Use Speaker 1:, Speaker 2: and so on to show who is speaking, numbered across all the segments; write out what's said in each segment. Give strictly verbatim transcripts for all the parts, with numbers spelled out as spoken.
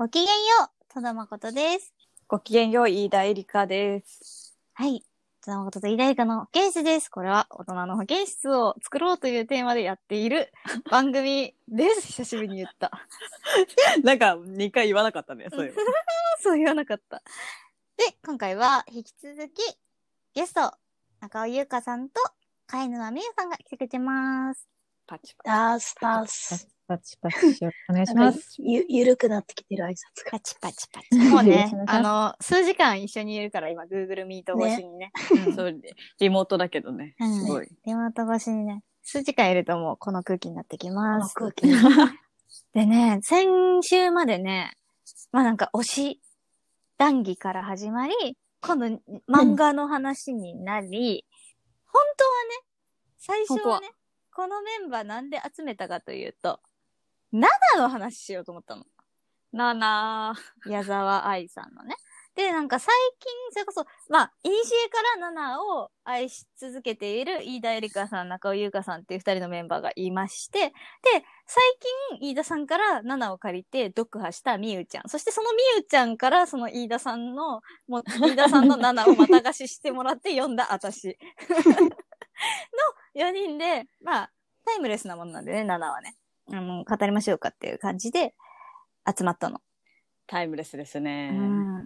Speaker 1: ごきげんよう、戸田誠です。
Speaker 2: ごきげんよう、飯田絵梨香です。
Speaker 1: はい。戸田誠と飯田絵梨香の保健室です。これは大人の保健室を作ろうというテーマでやっている番組です。久しぶりに言った。
Speaker 2: なんかにかい言わなかったね、そういうの。
Speaker 1: そう言わなかった。で、今回は引き続きゲスト、中尾優香さんと貝沼美優さんが来てくれてます。
Speaker 2: パチパチ。
Speaker 3: ダースパス。
Speaker 4: パチパチ。お願いします。
Speaker 3: ゆ、ゆるくなってきてる挨拶が。
Speaker 1: パチパチパチ。もうね、あの、数時間一緒にいるから今、Google Meet 越しにね。
Speaker 2: ねうん、そう、リモートだけどね。すごい。
Speaker 1: リモート越しにね、数時間いるともうこの空気になってきます。
Speaker 3: この空気。
Speaker 1: でね、先週までね、まあなんか推し談義から始まり、今度漫画の話になり、うん、本当はね、最初はね、はこのメンバーなんで集めたかというと、ナナの話しようと思ったの。
Speaker 2: ナナ
Speaker 1: ー。矢沢愛さんのね。で、なんか最近、それこそ、まあ、イニシエからナナを愛し続けている飯田絵梨香さん、中尾優香さんっていう二人のメンバーがいまして、で、最近、飯田さんからナナを借りて読破したみゆちゃん。そしてそのみゆちゃんからその飯田さんの、もう飯田さんのナナをまた貸ししてもらって読んだ私のよにんで、まあ、タイムレスなものなんでね、ナナはね。あの、語りましょうかっていう感じで集まったの。
Speaker 2: タイムレスですね。
Speaker 1: うん、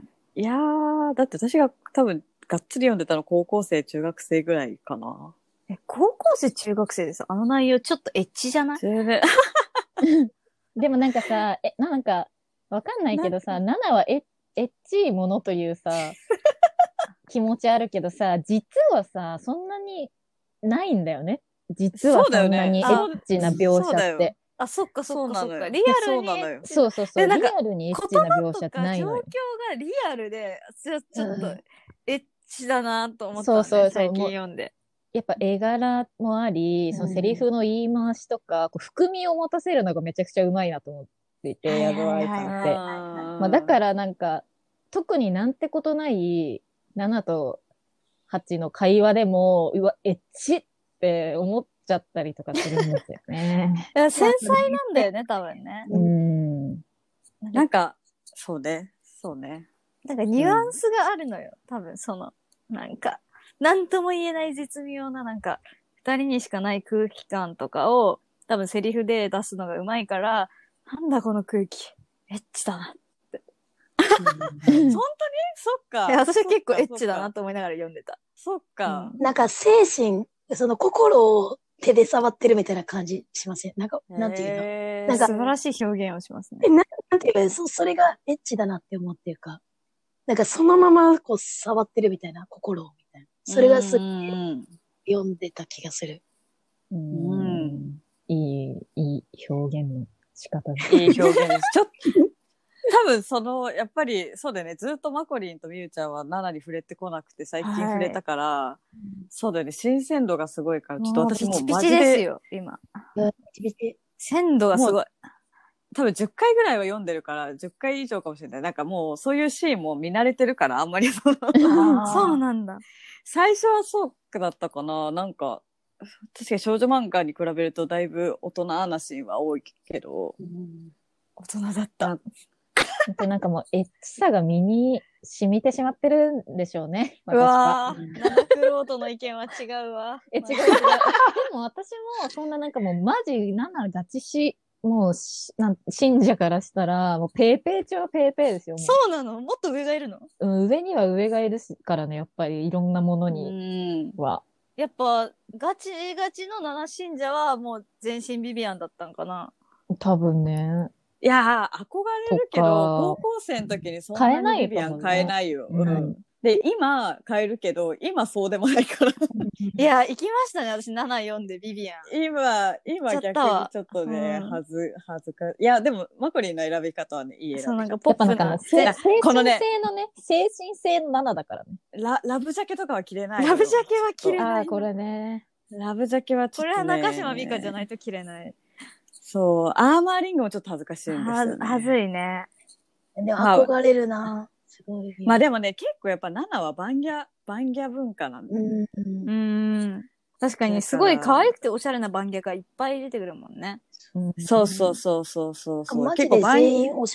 Speaker 2: いやー、だって私が多分がっつり読んでたの高校生、中学生ぐらいかな。
Speaker 1: え、高校生、中学生です。あの内容ちょっとエッチじゃない？
Speaker 2: 全然。
Speaker 4: でもなんかさ、え、なんか、わかんないけどさ、ナナはエッ、エッチいものというさ、気持ちあるけどさ、実はさ、そんなにないんだよね。実はそんなにエッチな描写って。
Speaker 1: あ、そっかそっかそっか。リアルに。
Speaker 4: そうそうそう。リアルにエッチな描写ってないのよ。
Speaker 1: 状況がリアルで、ちょっとエッチだなと思った、
Speaker 4: ね。そうそうそう。
Speaker 1: 最近読んで。
Speaker 4: やっぱ絵柄もあり、そのセリフの言い回しとか、こう含みを持たせるのがめちゃくちゃうまいなと思っていて、矢沢愛さんって。まあだからなんか、特になんてことないななとはちの会話でも、うわ、エッチって思って、ちゃったりとかするんですよね。
Speaker 1: いや繊細なんだよね、多分ね。
Speaker 4: うん。
Speaker 2: なんか、そうね。そうね。
Speaker 1: なんかニュアンスがあるのよ。うん、多分その、なんか、なんとも言えない絶妙な、なんか、二人にしかない空気感とかを、多分セリフで出すのがうまいから、なんだこの空気、エッチだなって。
Speaker 2: 本当に？そっか。
Speaker 1: 私は結構エッチだなと思いながら読んでた。
Speaker 2: そっか。
Speaker 3: うん、なんか精神、その心を、手で触ってるみたいな感じしません？なんか、なんていうの？なんか
Speaker 1: 素晴らしい表現をしますね。
Speaker 3: ななんていうか、そ、それがエッチだなって思っていうか、なんかそのままこう触ってるみたいな、心をみたいな。それがすっごい読んでた気がする。
Speaker 4: うん。うん、いい、いい表現の仕方です。
Speaker 2: いい表現です。ちょっと、多分その、やっぱりそうだよね。ずっとマコリンとミユちゃんはナナに触れてこなくて最近触れたから、はい、そうだよね。新鮮度がすごいから、ちょっと私もうマジで。
Speaker 1: ピチピチですよ、今。
Speaker 3: ピチピチ。
Speaker 1: 鮮度がすごい。
Speaker 2: 多分じゅっかいぐらいは読んでるから、じゅっかい以上かもしれない。なんかもうそういうシーンも見慣れてるから、あんまりその
Speaker 1: そうなんだ。
Speaker 2: 最初はそうだったかな。なんか、確かに少女漫画に比べるとだいぶ大人なシーンは多いけど、うん、
Speaker 1: 大人だった。
Speaker 4: でなんかもうエッチさが身に染みてしまってるんでしょうね。
Speaker 1: うわぁ、ナナクロートの意見は違うわ。
Speaker 4: え、違う違う。でも私もそんななんかもうマジナナガチし、もうなん信者からしたらもうペーペー中はペーペーですよ。
Speaker 1: そうなの？もっと上がいるの？
Speaker 4: うん、上には上がいるからね、やっぱりいろんなものには。
Speaker 1: やっぱガチガチのナナ信者はもう全身ビビアンだったんかな？
Speaker 4: 多分ね。
Speaker 2: いやー、憧れるけど、高校生の時にそんなにビビアン買えないよ。
Speaker 4: うん、
Speaker 2: で、今買えるけど、今そうでもないから。
Speaker 1: いや、行きましたね、私なな読んでビビアン。
Speaker 2: 今、今逆にちょっとね、はず、はずか、いや、でも、マコリンの選び方はね、いい選び方。
Speaker 4: そう、なんかポップな。やっぱなんか、精神性のね、精神性のななだからね。
Speaker 2: ラ、ラブジャケとかは着れない。
Speaker 1: ラブジャケは着れない。
Speaker 4: ああ、これね。
Speaker 2: ラブジャケはちょっと、ね。
Speaker 1: これは中島美嘉じゃないと着れない。
Speaker 2: そう、アーマーリングもちょっと恥ずかしいんですよね。
Speaker 1: は、はずいね。
Speaker 3: でも憧れるな。すごい。
Speaker 2: まあでもね、結構やっぱナナはバンギャ、バンギャ文化なんだよね。
Speaker 1: うん。うん。確かにすごい可愛くておしゃれなバンギャがいっぱい出てくるもんね。
Speaker 2: うん、そうそうそうそうそうそう。
Speaker 3: マジで全員おしゃれ。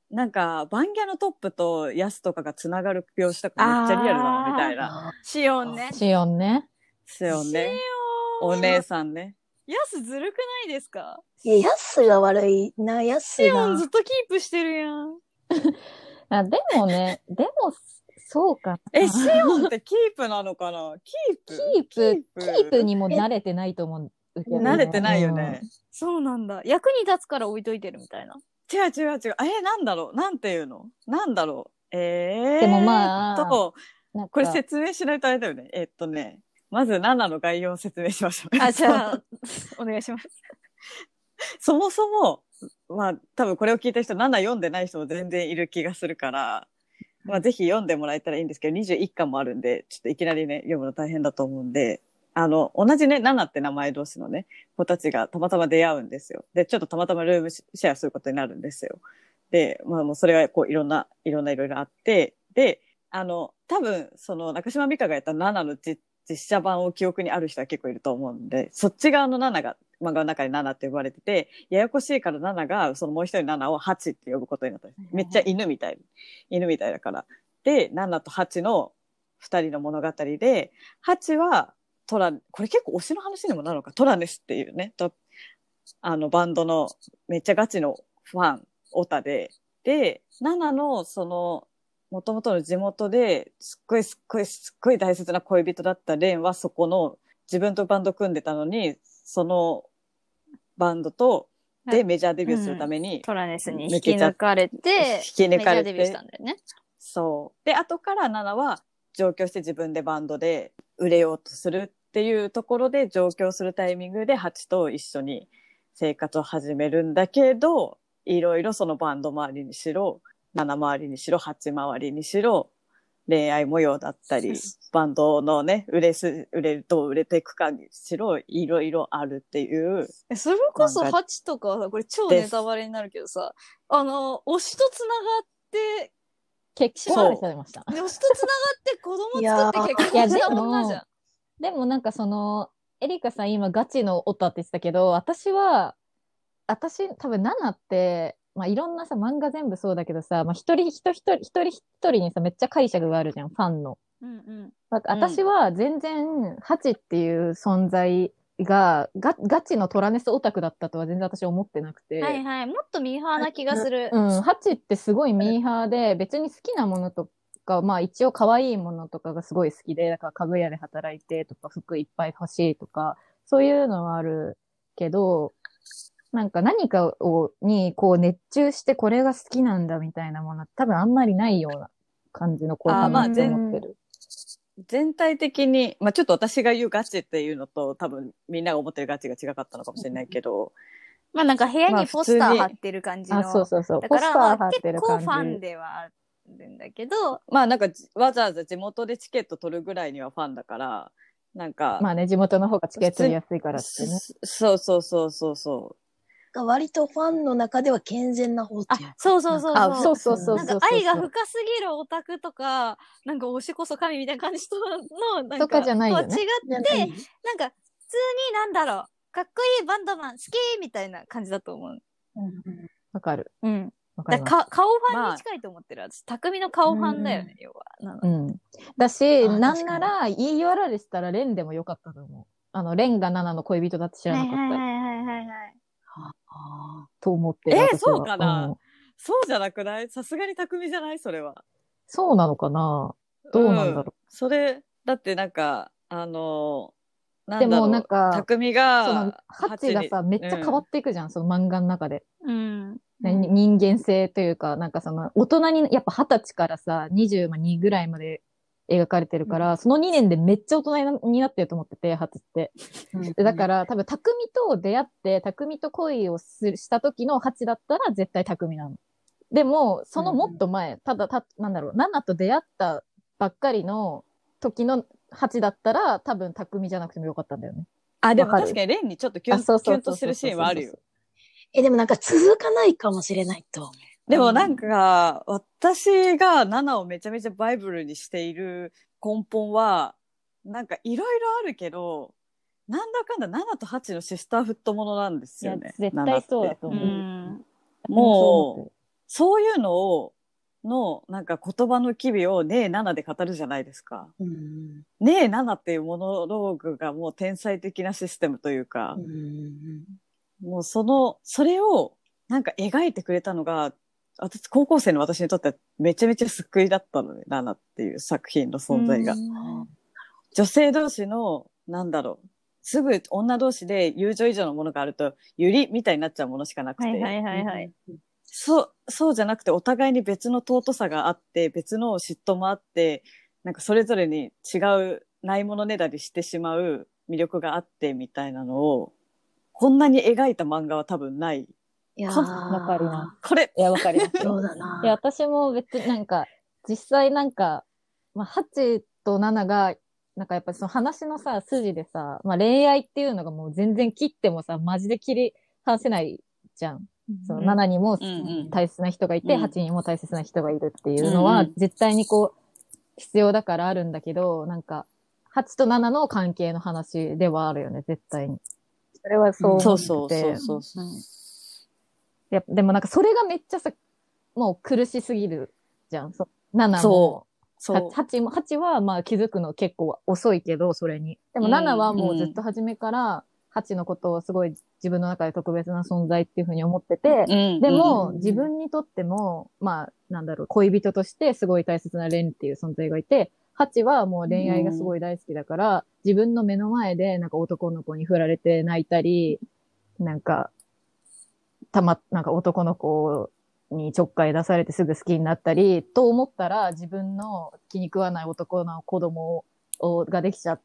Speaker 2: なんか、バンギャのトップとヤスとかがつながる描写とかめっちゃリアルだな、みたいな。
Speaker 1: シオンね。
Speaker 4: シオンね。
Speaker 2: シオンね。
Speaker 1: シオン
Speaker 2: お姉さんね。
Speaker 1: ヤスずるくないですか？
Speaker 3: いや、ヤスが悪いな、ヤス
Speaker 1: シオン
Speaker 3: が。
Speaker 1: ずっとキープしてるやん。
Speaker 4: あでもね、でも、そうかな。
Speaker 2: え、シオンってキープなのかな？キープ
Speaker 4: キープ、キープにも慣れてないと思うけど、ね。
Speaker 2: 慣れてないよね。
Speaker 1: そうなんだ。役に立つから置いといてるみたいな。
Speaker 2: 違う違う違う。え、なんだろうなんていうのなんだろうえー。
Speaker 4: でもまあ、
Speaker 2: と、
Speaker 4: なんか
Speaker 2: これ説明しないとあれだよね。えっとね、まずななの概要を説明しましょう。
Speaker 1: あ、じゃあ、お願いします。
Speaker 2: そもそも、まあ、多分これを聞いた人、なな読んでない人も全然いる気がするから、まあ、ぜひ読んでもらえたらいいんですけど、にじゅういっかんもあるんで、ちょっといきなりね、読むの大変だと思うんで、あの、同じね、ナナって名前同士のね、子たちがたまたま出会うんですよ。で、ちょっとたまたまルームシェアすることになるんですよ。で、まあもうそれはこういろんな、いろんないろいろあって、で、あの、多分、その中島美嘉がやったナナの実実写版を記憶にある人は結構いると思うんで、そっち側のナナが、漫画の中でナナって呼ばれてて、ややこしいからナナが、そのもう一人ナナをハチって呼ぶことになったんです。めっちゃ犬みたい。犬みたいだから。で、ナナとハチの二人の物語で、ハチは、トラ、これ結構推しの話にもなるのか、トラネスっていうね、とあのバンドのめっちゃガチのファン、オタで、で、ナナのその、もともとの地元ですっごいすっごいすっごい大切な恋人だったレンはそこの自分とバンド組んでたのに、そのバンドとでメジャーデビューするために、
Speaker 1: うん、トラネスに引き抜かれて、
Speaker 2: 引き抜かれて
Speaker 1: メジャーデビューしたんだよね。
Speaker 2: そう。で、後からナナは上京して自分でバンドで売れようとするっていうところで上京するタイミングでハチと一緒に生活を始めるんだけど、いろいろそのバンド周りにしろ、ナナ周りにしろ、ハチ周りにしろ、恋愛模様だったり、バンドのね、売れす、売れると売れていくかにしろ、いろいろあるっていう。
Speaker 1: それこそハチとかはさ、これ超ネタバレになるけどさ、あの、推しと繋がって、
Speaker 4: 結婚されました。
Speaker 1: 推しと繋がって子供作って結婚した女じゃん。
Speaker 4: でもなんかその、エリカさん今ガチのオタって言ってたけど、私は、私多分ナナって、まあいろんなさ、漫画全部そうだけどさ、まあ一人一人一人一人一人にさ、めっちゃ解釈があるじゃん、ファンの。
Speaker 1: うんうん。
Speaker 4: 私は全然、ハチっていう存在がガ、ガチのトラネスオタクだったとは全然私思ってなくて。
Speaker 1: はいはい。もっとミーハーな気がする。
Speaker 4: うん、ハチってすごいミーハーで、別に好きなものとか、まあ一応可愛いものとかがすごい好きで、だから家具屋で働いてとか、服いっぱい欲しいとか、そういうのはあるけど、なんか何かを、にこう熱中してこれが好きなんだみたいなもの多分あんまりないような感じの子かなって思ってる。
Speaker 2: 全体的に、まあちょっと私が言うガチっていうのと多分みんなが思ってるガチが違かったのかもしれないけど、
Speaker 1: まあなんか部屋にポスター貼ってる感じの。
Speaker 4: あ、そうそうそう。
Speaker 1: だから、
Speaker 4: ポスター貼ってる感じ。
Speaker 1: 結構ファンではあるんだけど。
Speaker 2: まあなんかわざわざ地元でチケット取るぐらいにはファンだから、なんか。
Speaker 4: まあね、地元の方がチケット取りやすいからってね。
Speaker 2: そうそうそうそうそう。
Speaker 3: 割とファンの中では健全な方っていう。
Speaker 1: あ、そうそうそうそう。
Speaker 4: あ、そうそうそうそう。
Speaker 1: なんか愛が深すぎるオタクとか、なんか推しこそ神みたいな感じとの、なんか、
Speaker 4: とかじゃないよね。
Speaker 1: と違って、なんか普通になんだろう、かっこいいバンドマン好きみたいな感じだと思う。
Speaker 4: わかる。
Speaker 1: うん。だか顔ファンに近いと思ってる。私、匠の顔ファンだよね、要は。
Speaker 4: うん。だし、なんなら言い寄られてたらレンでもよかったと思う。あの、レンがナナの恋人だって知らなかったり。
Speaker 1: はいはいはいはいはい。
Speaker 4: と思ってる。
Speaker 2: えー、そうかな、うん、そうじゃなくない？さすがに匠じゃない？それは。
Speaker 4: そうなのかな？どうなんだろう。うん、
Speaker 2: それ、だってなんか、あの、なんだろう。でもなんか、匠が、
Speaker 4: その、ハチがさ、めっちゃ変わっていくじゃん、うん、その漫画の中で。
Speaker 1: うん。
Speaker 4: 人間性というか、なんかその、大人に、やっぱ二十歳からさ、にじゅうにぐらいまで描かれてるから、うん、そのにねんでめっちゃ大人になってると思ってて、ハチって。うん、だから、多分、匠と出会って、匠と恋をするした時のハチだったら絶対匠なの。でも、そのもっと前、ただ、た、なんだろう、ナナと出会ったばっかりの時のハチだったら、多分、匠じゃなくてもよかったんだよね。
Speaker 2: あ、でも確かにレンにちょっとキュン、キュンとするシーンはあるよ。
Speaker 3: え、でもなんか続かないかもしれないと思う。
Speaker 2: でもなんか、うん、私がナナをめちゃめちゃバイブルにしている根本は、なんかいろいろあるけど、なんだかんだナナとハチのシスターフットものなんですよね。
Speaker 4: いや絶対そうだと思う。
Speaker 2: うん、もそういうのを、の、なんか言葉の機微をねえななで語るじゃないですか。
Speaker 3: うん。
Speaker 2: ねえななっていうモノローグがもう天才的なシステムというか、
Speaker 3: うん。
Speaker 2: もうその、それをなんか描いてくれたのが、私、高校生の私にとってはめちゃめちゃ救いだったのね、ナナっていう作品の存在が。女性同士の、なんだろう、すぐ女同士で友情以上のものがあると、ゆりみたいになっちゃうものしかなくて。
Speaker 1: はいはいはいはい。
Speaker 2: そう、そうじゃなくて、お互いに別の尊さがあって、別の嫉妬もあって、なんかそれぞれに違う、ないものねだりしてしまう魅力があって、みたいなのを、こんなに描いた漫画は多分ない。
Speaker 3: いやー、
Speaker 4: わかります。
Speaker 2: これ
Speaker 4: いや、わかりますよ。
Speaker 3: そうだな。
Speaker 4: いや、私も別になんか、実際なんか、まあ、はちとななが、なんかやっぱりその話のさ、筋でさ、まあ恋愛っていうのがもう全然切ってもさ、マジで切り離せないじゃん。そのななにも大切な人がいて、
Speaker 2: うん、
Speaker 4: はちにも大切な人がいるっていうのは、絶対にこう、必要だからあるんだけど、なんか、はちとななの関係の話ではあるよね、絶対に。それはそう思ってて。
Speaker 2: そうそうそうそうそう。
Speaker 4: いや、でもなんかそれがめっちゃさ、もう苦しすぎるじゃん。そななも、そうはちも、はちはまあ気づくの結構遅いけど、それに。でもななはもうずっと初めから、はちのことをすごい自分の中で特別な存在っていうふうに思ってて、うん、でも、うん、自分にとっても、まあ、なんだろう、恋人としてすごい大切なレンっていう存在がいて、はちはもう恋愛がすごい大好きだから、うん、自分の目の前でなんか男の子に振られて泣いたり、なんか、たま、なんか男の子にちょっかい出されてすぐ好きになったり、と思ったら自分の気に食わない男の子供をができちゃって、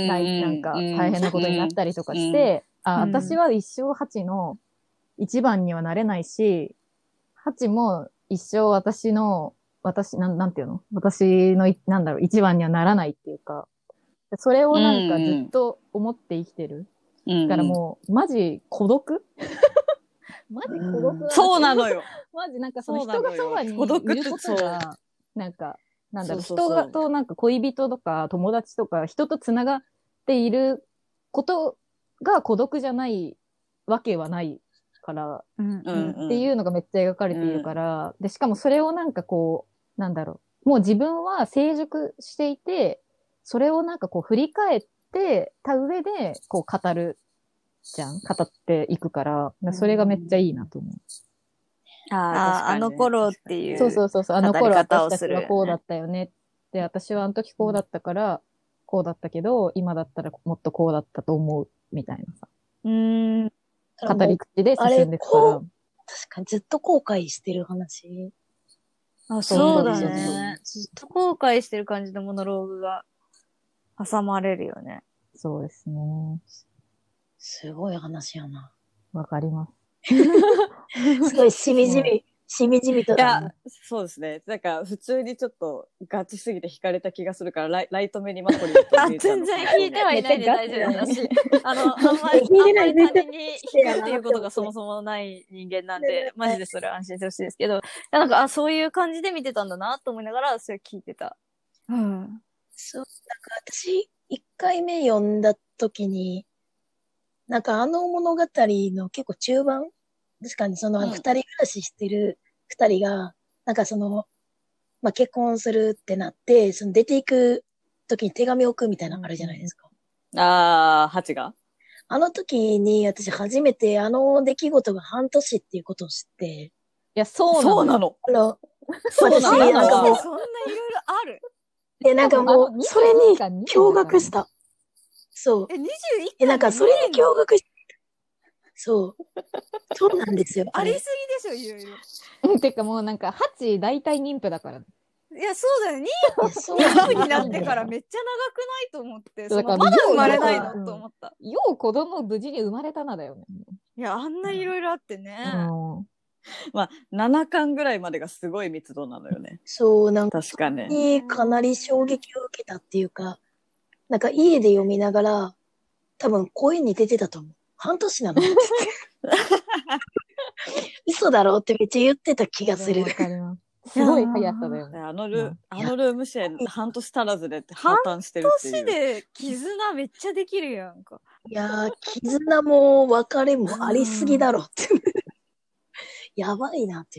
Speaker 4: なんか大変なことになったりとかして、あ、私は一生はちの一番にはなれないし、はちも一生私の、私、なん、なんていうの私の、なんだろう、一番にはならないっていうか、それをなんかずっと思って生きてる。うんうん、だからもう、マジ孤独マジ孤独、うん、
Speaker 2: そうなのよ。
Speaker 4: マジなんかその人がそばにいることが、なんか、なんだろう、そうそうそう、人となんか恋人とか友達とか人と繋がっていることが孤独じゃないわけはないから、うんうん、っていうのがめっちゃ描かれているから、うん、で、しかもそれをなんかこう、なんだろう、もう自分は成熟していて、それをなんかこう振り返ってた上で、こう語るじゃん、語っていくから、それがめっちゃいいなと思う。
Speaker 1: ああ、あの頃っていう。
Speaker 4: そうそうそうそう、あの頃私たちはこうだったよねって、私はあの時こうだったから、こうだったけど、今だったらもっとこうだったと思う、みたいなさ。うーん。語り口で進んでいくから。
Speaker 3: 確かにずっと後悔してる話。
Speaker 1: あ、そうだね。ずっと後悔してる感じのモノローグが挟まれるよね。
Speaker 4: そうですね。
Speaker 3: すごい話やな。
Speaker 4: わかります。
Speaker 3: すごいしみじみ、しみじみとだ、
Speaker 2: ね。いや、そうですね。なんか、普通にちょっとガチすぎて惹かれた気がするから、ライライト目にマコリンと
Speaker 1: あ、全然引いてはいないで大丈夫だし、あの、あんまり、あんまり他人に引くっていうことがそもそもない人間なんで、マジでそれは安心してほしいですけど、なんか、あ、そういう感じで見てたんだなと思いながら、それ聞いてた。
Speaker 3: うん。そう、なんか私、一回目読んだ時に、なんかあの物語の結構中盤確かにその二人暮らししてる二人が、うん、なんかその、まあ、結婚するってなって、その出ていく時に手紙を置くみたいなのあるじゃないですか。
Speaker 2: うん、ああ、ハチが
Speaker 3: あの時に私初めてあの出来事が半年っていうことを知って。い
Speaker 4: や、そうなの。
Speaker 2: そうなの。
Speaker 3: あの、
Speaker 2: そうなの。
Speaker 1: 私、なんかもう、そんないろいろある。
Speaker 3: で、なんかもう、それに驚愕した。そう。
Speaker 1: え、にじゅういっかい
Speaker 3: え、なんかそれに驚愕した。そう。そうなんですよ。
Speaker 1: ありすぎでしょ、いろい
Speaker 4: ろ。てかもうなんか、はち大体妊婦だから。
Speaker 1: いや、そうだよ。妊婦になってからめっちゃ長くないと思って。だからまだ生まれないのと思った。
Speaker 4: よう子供無事に生まれたなだよね。
Speaker 1: いや、あんないろいろあってね。
Speaker 4: うん
Speaker 2: まあ、ななかんぐらいまでがすごい密度なのよね。
Speaker 3: そう、なんか、
Speaker 2: 確かね。
Speaker 3: かなり衝撃を受けたっていうか、なんか家で読みながら、多分声に出てたと思う。半年なのって嘘だろってめっちゃ言ってた気がする。
Speaker 4: すごい速さだよね。
Speaker 2: あのル、あのルームシェア半年足らずで破綻してるっていう。
Speaker 1: 半年で絆めっちゃできるやんか。
Speaker 3: いやー、絆も別れもありすぎだろって。やばいなって。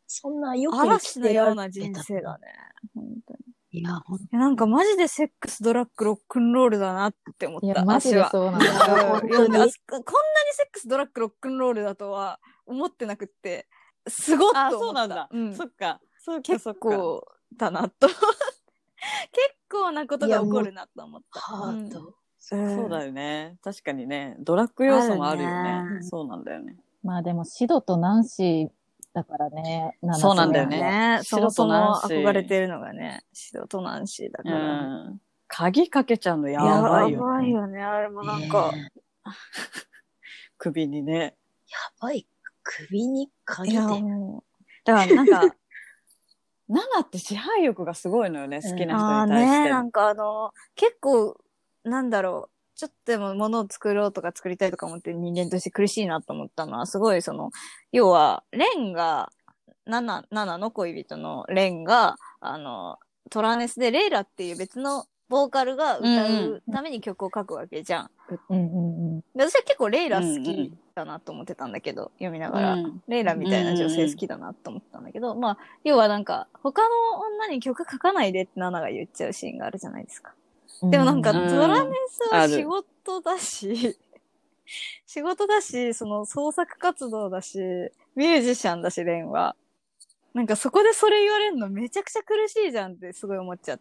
Speaker 3: そんなよく生き
Speaker 1: 嵐の
Speaker 3: てられ
Speaker 1: ような人
Speaker 3: た。
Speaker 1: 生だね。本当に。
Speaker 3: いや、ほん
Speaker 1: いやなんかマジでセックス、ドラッグ、ロックンロールだなって思った。
Speaker 4: いや、マジでそうなんだよ。
Speaker 1: 私は。
Speaker 3: 本当に
Speaker 1: 読んであこんなにセックス、ドラッグ、ロックンロールだとは思ってなくって、すごっ
Speaker 2: あ、
Speaker 1: と思った。
Speaker 2: そうなんだ。
Speaker 1: うん、
Speaker 2: そっか。そうか、
Speaker 1: 結
Speaker 2: そっか。
Speaker 1: 構だなと。結構なことが起こるなと思った。
Speaker 3: ハート。
Speaker 1: うん
Speaker 2: そうだよね。確かにね。ドラッグ要素もあるよね。
Speaker 1: あるね
Speaker 2: そうなんだよね。
Speaker 4: まあでも、シドとナンシーだからね。
Speaker 2: そうなんだよね
Speaker 1: ね。そもそ
Speaker 2: シドとナ
Speaker 1: も
Speaker 2: ンシー
Speaker 1: 憧れてるのがね、シドとナンシーだか
Speaker 2: う
Speaker 1: ら。
Speaker 2: ん。鍵かけちゃうのや
Speaker 1: や
Speaker 2: ばいよ、ね。
Speaker 1: やばいよね。あれもなんか。
Speaker 3: ね
Speaker 2: 首にね。
Speaker 3: やばい。首にか
Speaker 1: いや、
Speaker 3: けて。
Speaker 1: も
Speaker 2: だからなんか、ナナって支配欲がすごいのよね。好き
Speaker 1: う。
Speaker 2: な
Speaker 1: ああ
Speaker 2: 人に対して。
Speaker 1: ね、なんかあの、結構、なんだろう。ちょっとでも物を作ろうとか作りたいとか思ってる人間として苦しいなと思ったのは、すごいその、要は、レンが、ナナ、ナナの恋人のレンが、あの、トラネスでレイラっていう別のボーカルが歌うために曲を書くわけじゃん。
Speaker 4: うんうんうん。
Speaker 1: で私は結構レイラ好きだなと思ってたんだけど、読みながら、
Speaker 2: うん
Speaker 1: レイラみたいな女性好きだなと思ったんだけど、まあ、要はなんか、他の女に曲書かないでってナナが言っちゃうシーンがあるじゃないですか。でもなんか、
Speaker 2: うん
Speaker 1: トラネスは
Speaker 2: ある
Speaker 1: 仕事だし、仕事だし、その創作活動だし、ミュージシャンだし、レンは。なんかそこでそれ言われるのめちゃくちゃ苦しいじゃんってすごい思っちゃって。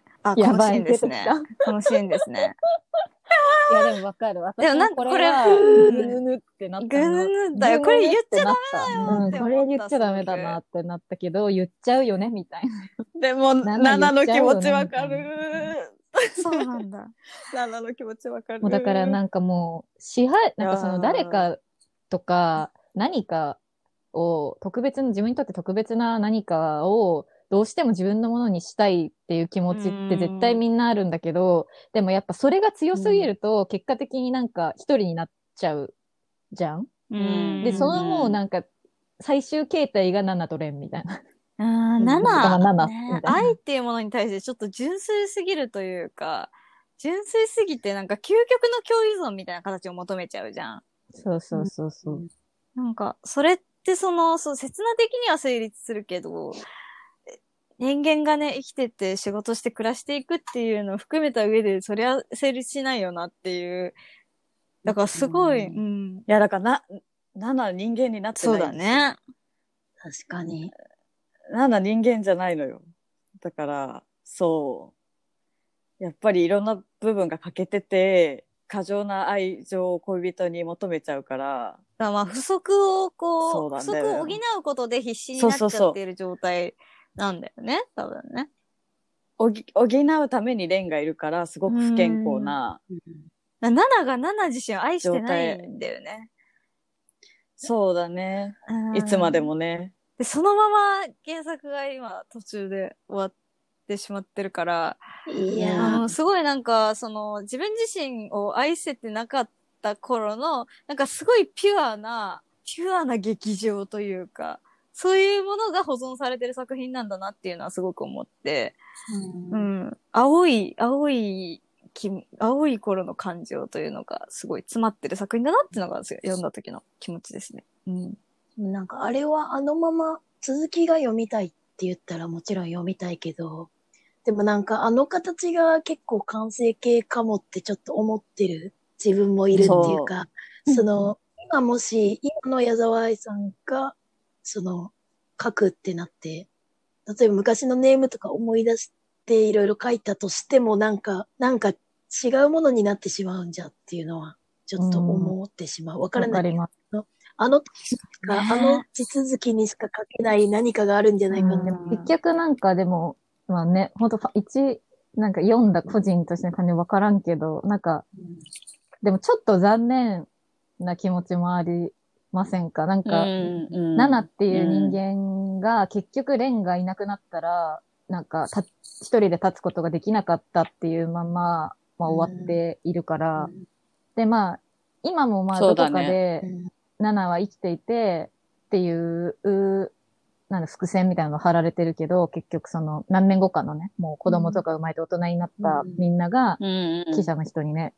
Speaker 1: あ、このシーンですね
Speaker 4: やばい出て。
Speaker 1: このシーンですね。
Speaker 4: いや、でもわかる。私
Speaker 1: でもなん
Speaker 4: もこ
Speaker 1: かこれ
Speaker 4: れは、
Speaker 1: うん
Speaker 4: ぐぬぬってなった
Speaker 1: ぐ
Speaker 4: の。
Speaker 1: ぬぬだよ。これ言っちゃダメ
Speaker 4: だようん、
Speaker 1: って思った
Speaker 4: これ言っちゃダメだなってなったけど、言っちゃうよね、みたいな。
Speaker 2: でも、
Speaker 4: ナ
Speaker 2: ナナの気
Speaker 4: ナ言っちゃうよね
Speaker 2: 持ちわか
Speaker 4: みた
Speaker 2: る。
Speaker 1: そうなんだ。
Speaker 2: ナナの気持ちわかる。
Speaker 4: もうだからなんかもう、支配、なんかその
Speaker 2: いやー
Speaker 4: 誰かとか何かを特別な、自分にとって特別な何かをどうしても自分のものにしたいっていう気持ちって絶対みんなあるんだけど、でもやっぱそれが強すぎると結果的になんか一人になっちゃうじゃん。
Speaker 1: うん
Speaker 4: で、そのもうなんか最終形態がナナとレンみたいな。
Speaker 1: あー、
Speaker 4: うん
Speaker 1: ナナ、
Speaker 4: ナナ
Speaker 1: ね
Speaker 4: みたいな
Speaker 1: 愛っていうものに対してちょっと純粋すぎるというか、純粋すぎてなんか究極の共依存みたいな形を求めちゃうじゃん。
Speaker 4: そうそうそうそう。
Speaker 1: なんか、それってその、そう、刹那的には成立するけど、人間がね、生きてて仕事して暮らしていくっていうのを含めた上で、そりゃ成立しないよなっていう。だからすごい、
Speaker 3: う
Speaker 1: うんん。
Speaker 2: いや、だからな、ナナ人間になって
Speaker 1: そう
Speaker 2: ない。
Speaker 1: だね。
Speaker 3: 確かに。
Speaker 2: ナナ人間じゃないのよ。だから、そう。やっぱりいろんな部分が欠けてて、過剰な愛情を恋人に求めちゃうから。
Speaker 1: だからまあ、不足をこう、
Speaker 2: そうなんだよ
Speaker 1: 不足を補うことで必死になっちゃっている状態なんだよね、多分ね。
Speaker 2: 補うためにレンがいるから、すごく不健康な。
Speaker 1: ナナがナナ自身を愛してないんだよね。
Speaker 2: そうだね。
Speaker 1: うん
Speaker 2: いつまでもね。
Speaker 1: で、そのまま原作が今途中で終わってしまってるから、
Speaker 3: いや
Speaker 1: あの、すごいなんか、その、自分自身を愛せてなかった頃の、なんかすごいピュアな、ピュアな劇場というか、そういうものが保存されてる作品なんだなっていうのはすごく思って、
Speaker 3: う
Speaker 1: うんん。青い、青い、き青い頃の感情というのがすごい詰まってる作品だなっていうのが読んだ時の気持ちですね。うん。
Speaker 3: なんかあれはあのまま続きが読みたいって言ったらもちろん読みたいけど、でもなんかあの形が結構完成形かもってちょっと思ってる自分もいるっていうか、そ, その、今もし、今の矢沢愛さんが、その、書くってなって、例えば昔のネームとか思い出していろいろ書いたとしてもなんか、なんか違うものになってしまうんじゃっていうのは、ちょっと思ってしまう。わからないけど、あの時しか、あの地続きにしか書けない何かがあるんじゃないかって。
Speaker 4: 結局なんかでも、まあね、ほんと、一、なんか読んだ個人としての感じわからんけど、なんか、でもちょっと残念な気持ちもありませんか？なんか、ナナっていう人間が結局レンがいなくなったら、なんか、た、一人で立つことができなかったっていうまま、まあ終わっているから、で、まあ、今もまあどこかで、ナナは生きていてっていう、なんだ、伏線みたいなの貼られてるけど、結局その何年後かのね、もう子供とか生まれて大人になったみんなが、記者の人にね、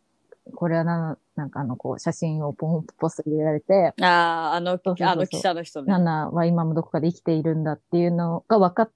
Speaker 4: これはな、なんかあの、こう、写真をポンポスト入れられて、
Speaker 2: ああ、あの、
Speaker 4: そうそうそう
Speaker 2: あの記者の人ね。
Speaker 4: ナナは今もどこかで生きているんだっていうのが分かって、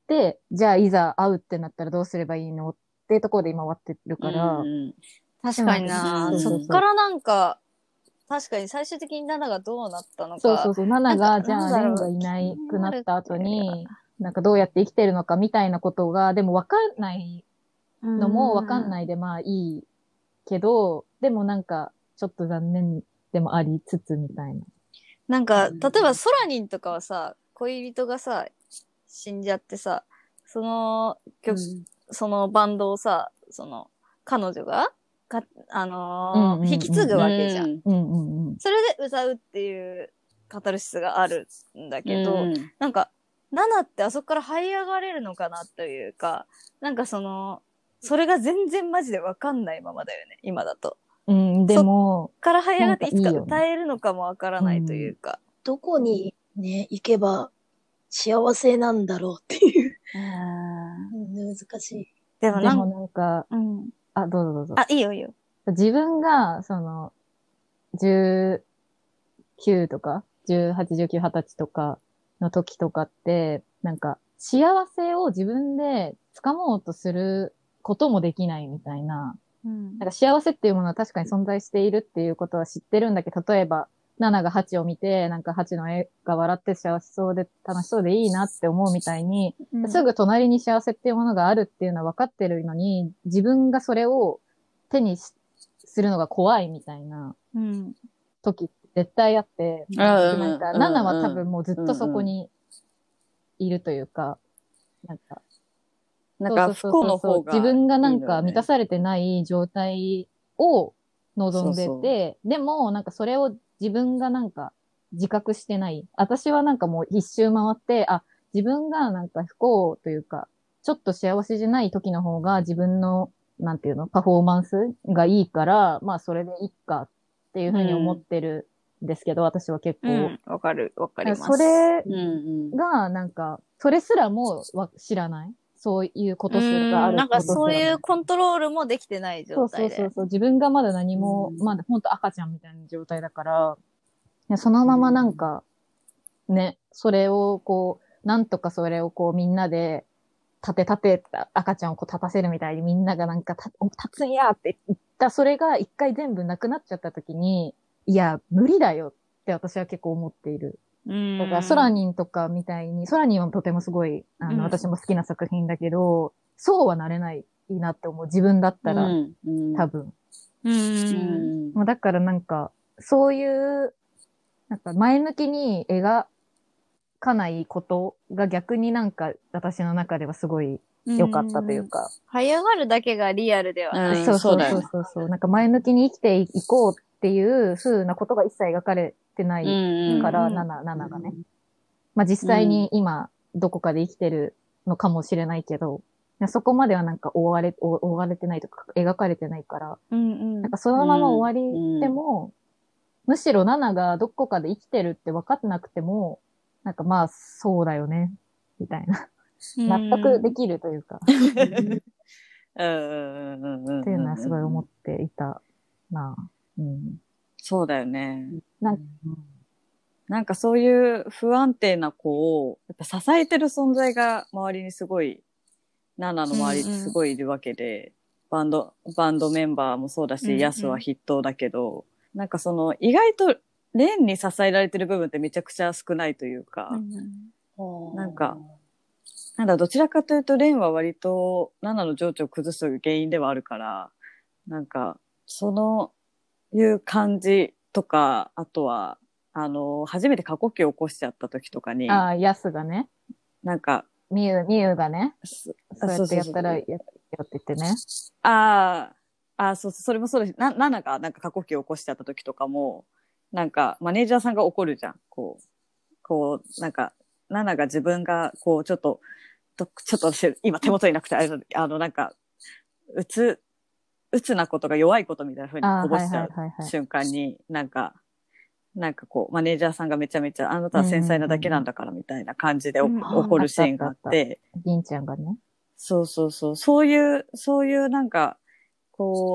Speaker 4: じゃあいざ会うってなったらどうすればいいのっていうところで今終わってるから、
Speaker 2: うんうん、
Speaker 1: 確かにな、
Speaker 2: うん
Speaker 1: そっからなんか、確かに最終的にナナがどうなったのか。
Speaker 4: そうそうそう、ナナが、
Speaker 1: なんか
Speaker 4: じゃあ、
Speaker 1: なんだろう
Speaker 4: レンがいないくなった後に、なんかどうやって生きてるのかみたいなことが、でも分かんないのも分かんないでまあいいけど、でもなんか、ちょっと残念でもありつつみたいな。
Speaker 1: なんか、例えばソラニンとかはさ、恋人がさ、死んじゃってさ、その曲、うん、そのバンドをさ、その、彼女が、かあのーうんうんうん、引き継ぐわけじゃん。うんうんうん、それで歌うっていうカタルシスがあるんだけど、うん、なんか、ナナってあそこから這い上がれるのかなというか、なんかその、それが全然マジでわかんないままだよね、今だと。
Speaker 4: うん、でも、
Speaker 1: そっから這い上がっていつか歌えるのかもわからないというか。
Speaker 3: うん、どこにね、行けば幸せなんだろうっていう。難しい。
Speaker 4: でもなんか、なんかうん、あ、どうぞどうぞ。
Speaker 1: あ、いいよいいよ。
Speaker 4: 自分が、その、じゅうきゅうとか、じゅうはち、じゅうきゅう、はたちとかの時とかって、なんか、幸せを自分で掴もうとすることもできないみたいな。うん、なんか幸せっていうものは確かに存在しているっていうことは知ってるんだけど、例えば、ナナがハチを見て、なんかハチの絵が笑って幸せそうで楽しそうでいいなって思うみたいに、うん、すぐ隣に幸せっていうものがあるっていうのは分かってるのに、自分がそれを手にするのが怖いみたいな時って絶対あって、うん、なんか、ナナは多分もうずっとそこにいるというか、なんか、
Speaker 2: なんか不幸の方がいいのよね。
Speaker 4: 自分がなんか満たされてない状態を望んでて、そうそうでもなんかそれを自分がなんか自覚してない。私はなんかもう一周回って、あ、自分がなんか不幸というか、ちょっと幸せじゃない時の方が自分の、なんていうの、パフォーマンスがいいから、まあそれでいいかっていうふうに思ってるんですけど、うん、私は結構。わ、
Speaker 1: うん、かる、わかります。
Speaker 4: それがなんか、それすらも知らない。そういうことすらある
Speaker 1: なんかそういうコントロールもできてない状態で。
Speaker 4: そうそうそうそう。自分がまだ何も、まだほんと赤ちゃんみたいな状態だから、いやそのままなんか、ね、それをこう、なんとかそれをこうみんなで、立て立てた赤ちゃんをこう立たせるみたいにみんながなんか立つんやって言った、それが一回全部なくなっちゃった時に、いや、無理だよって私は結構思っている。だから、ソラニンとかみたいに、ソラニンはとてもすごい、あの、うん、私も好きな作品だけど、そうはなれないなって思う。自分だったら、うん、多分。うん、だからなんか、そういう、なんか前向きに描かないことが逆になんか私の中ではすごい良かったというか。
Speaker 1: 這い上がるだけがリアルではない。
Speaker 4: そうそうそうそうそう。なんか前向きに生きていこうっていう風なことが一切描かれてないから、ナナ、ナナがね。まあ実際に今、どこかで生きてるのかもしれないけど、そこまではなんか追われ、追われてないとか、描かれてないから、うんうん、なんかそのまま終わりでも、うんうん、むしろナナがどこかで生きてるって分かってなくても、なんかまあ、そうだよね、みたいな。納得できるというか。っていうのはすごい思っていたなぁ。うん、
Speaker 2: そうだよね。なんか、なんかそういう不安定な子をやっぱ支えてる存在が周りにすごい、ナナの周りにすごいいるわけで、うんうん、バンド、バンドメンバーもそうだし、うんうん、ヤスは筆頭だけど、なんかその意外とレンに支えられてる部分ってめちゃくちゃ少ないというか、うんうん、なんか、なんだ、どちらかというとレンは割とナナの情緒を崩す原因ではあるから、なんか、そのいう感じとか、あとは、あの、初めて過呼吸を起こしちゃった時とかに。
Speaker 4: ああ、ヤスがね。
Speaker 2: なんか。
Speaker 4: ミユ、ミユがね。そうやってやったら、やってよって言ってね。
Speaker 2: ああ、あそうそう、それもそうだし、な、ナナがなんか過呼吸を起こしちゃった時とかも、なんか、マネージャーさんが怒るじゃん。こう、こう、なんか、ナナが自分が、こう、ちょっと、ちょっと今手元になくて、あれ、あの、なんか、うつ、うつなことが弱いことみたいな風にこぼしちゃう瞬間に、なんか、なんかこう、マネージャーさんがめちゃめちゃ、あなたは繊細なだけなんだからみたいな感じで、うんうん、怒るシーンがあって。
Speaker 4: 銀ちゃんがね。
Speaker 2: そうそうそう。そういう、そういうなんか、こう、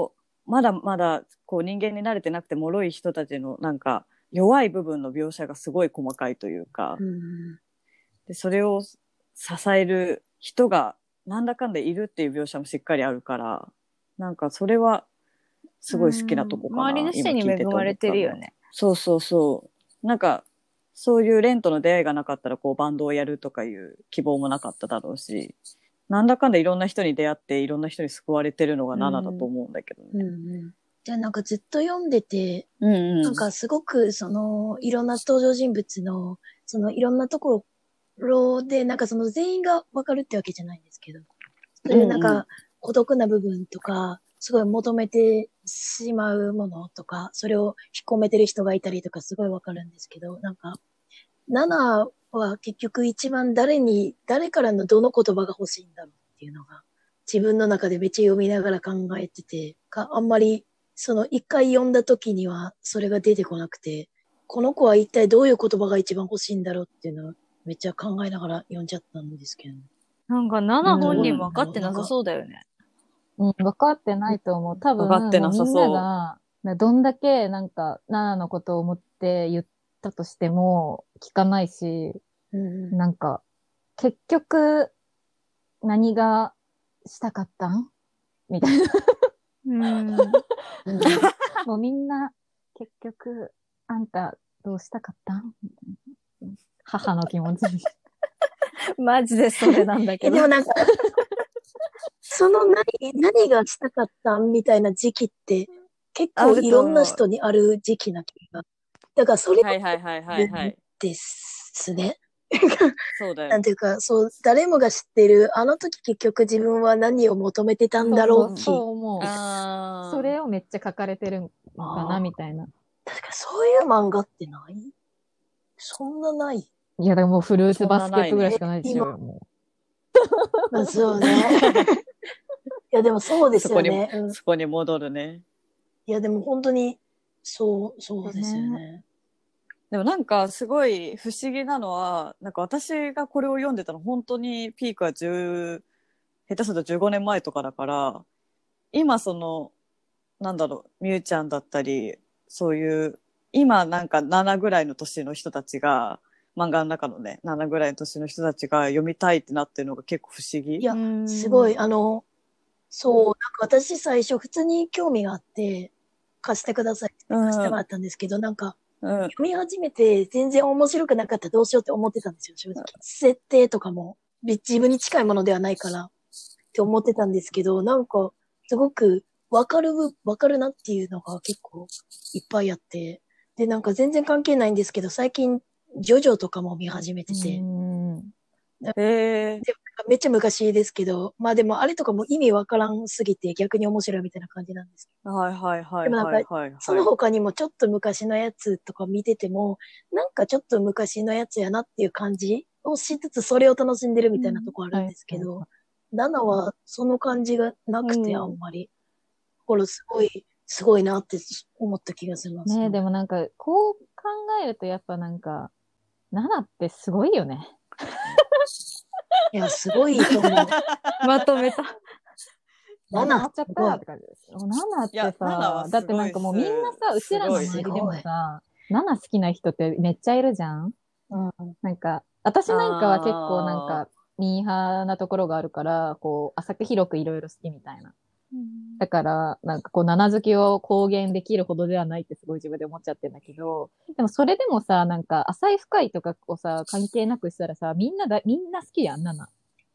Speaker 2: まだまだこう人間に慣れてなくて脆い人たちのなんか弱い部分の描写がすごい細かいというか、
Speaker 3: うん、
Speaker 2: でそれを支える人がなんだかんだいるっていう描写もしっかりあるから、なんかそれはすごい好きなとこかな。
Speaker 1: 周りの人に恵まれてるよね。
Speaker 2: そうそうそう。なんかそういうレンとの出会いがなかったらこうバンドをやるとかいう希望もなかっただろうし、なんだかんだいろんな人に出会っていろんな人に救われてるのがナナだと思うんだけどね。
Speaker 3: うんうん、じゃあなんかずっと読んでて、
Speaker 2: うんうん、
Speaker 3: なんかすごくそのいろんな登場人物のそのいろんなところでなんかその全員がわかるってわけじゃないんですけど、それでなんか孤独な部分とか、すごい求めてしまうものとか、それを引っ込めてる人がいたりとかすごいわかるんですけど、なんかナナは結局一番誰に、誰からのどの言葉が欲しいんだろうっていうのが、自分の中でめっちゃ読みながら考えてて、かあんまり、その一回読んだ時にはそれが出てこなくて、この子は一体どういう言葉が一番欲しいんだろうっていうのをめっちゃ考えながら読んじゃったんですけど、ね。
Speaker 1: なんか、ナナ本人分かってなさそうだよね。
Speaker 4: うん、分かってないと思う。多分、
Speaker 2: 分かってなさそう。
Speaker 4: みんなが、どんだけなんか、ナナのことを思って言ったとしても聞かないし、
Speaker 3: うん、
Speaker 4: なんか、結局、何がしたかったんみたいな。
Speaker 1: うん。
Speaker 4: もうみんな、結局、あんたどうしたかったんみたいな。母の気持ちに。マジでそれなんだけど。
Speaker 3: でもなんか、その何、何がしたかったんみたいな時期って、結構いろんな人にある時期な気が。だからそれ
Speaker 2: はいはいはいはいはい。
Speaker 3: ですね。
Speaker 2: そうだよ。
Speaker 3: なんていうか、そう、誰もが知ってる、あの時結局自分は何を求めてたんだろうっていう。
Speaker 4: そう思う。あそれをめっちゃ書かれてるのかな、みたいな。
Speaker 3: 確かそういう漫画ってないそんなない。
Speaker 4: いや、でもフルーツバスケットぐらいしかないでしょ、ね、も
Speaker 3: う。まあそうね。いや、でもそうですよね。
Speaker 2: そこに、うん、そこに戻るね。
Speaker 3: いや、でも本当に、そう、そうですよね。ね
Speaker 2: でもなんかすごい不思議なのは、なんか私がこれを読んでたの本当にピークはじゅう、下手するとじゅうごねんまえとかだから、今その、なんだろう、みゆちゃんだったり、そういう、今なんかななぐらいの年の人たちが、漫画の中のね、ななぐらいの年の人たちが読みたいってなってるのが結構不思議。
Speaker 3: いや、すごい、あの、そう、なんか私最初普通に興味があって、貸してくださいって貸してもらったんですけど、うん、なんか、うん、読み始めて全然面白くなかったらどうしようって思ってたんですよ、正直。うん、設定とかも自分に近いものではないからって思ってたんですけど、なんかすごくわかる、わかるなっていうのが結構いっぱいあって、で、なんか全然関係ないんですけど、最近ジョジョとかも見始めてて、
Speaker 2: へー。
Speaker 3: めっちゃ昔ですけど、まあでもあれとかも意味わからんすぎて逆に面白いみたいな感じなんですけど。
Speaker 2: はいはいはいはい、はい。
Speaker 3: でもなんか、その他にもちょっと昔のやつとか見てても、なんかちょっと昔のやつやなっていう感じをしつつそれを楽しんでるみたいなとこあるんですけど、うんはい、ナナはその感じがなくてあんまり。これすごい、すごいなって思った気がします。
Speaker 4: ねえ、でもなんか、こう考えるとやっぱなんか、ナナってすごいよね。
Speaker 3: いや、すごいと思う。
Speaker 1: まとめた。
Speaker 4: ナナっちゃったって感じですよ。ナナってさ、だってなんかもうみんなさ、うちらの周りでもさ、ナナ好きな人ってめっちゃいるじゃん、うん、なんか、私なんかは結構なんか、ミーハーなところがあるから、こう、浅く広くいろいろ好きみたいな。だから、なんかこう、ナナ好きを公言できるほどではないってすごい自分で思っちゃってんだけど、でもそれでもさ、なんか、浅い深いとかをさ、関係なくしたらさ、みんなだ、みんな好きやん、ナナ。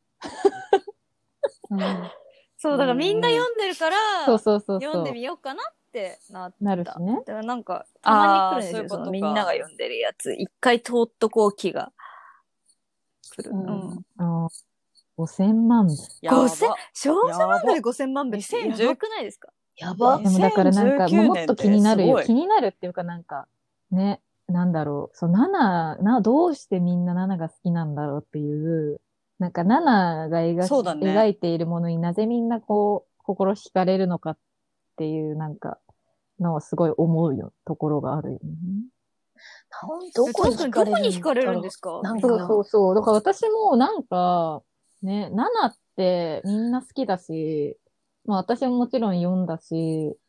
Speaker 1: うん、そう、だからみんな読んでるから、
Speaker 4: そうそうそう
Speaker 1: 読んでみようかなってなった。
Speaker 4: なるしね。
Speaker 1: だからなんか、たまに来るんですよ、そのみんなが読んでるやつ。一回通っとこう気が来る。うん。
Speaker 4: うんごせんまんぶ。
Speaker 1: ごせん、少女漫画でごせんまんぶってやばくないですか？
Speaker 3: やば。
Speaker 4: でもだからなんか、もっと気になるよ。気になるっていうかなんか、ね、なんだろう。そう、ナナ、な、どうしてみんなナナが好きなんだろうっていう、なんかナナが描,、ね、描いているものになぜみんなこう、心惹かれるのかっていうなんか、のはすごい思うよ、ところがあるよね。
Speaker 3: どこに惹かれるん
Speaker 1: どこに惹かれるんですか？
Speaker 3: なん
Speaker 4: かそうそうそう。だから私もなんか、ね、ナナってみんな好きだし、まあ私ももちろん読んだし、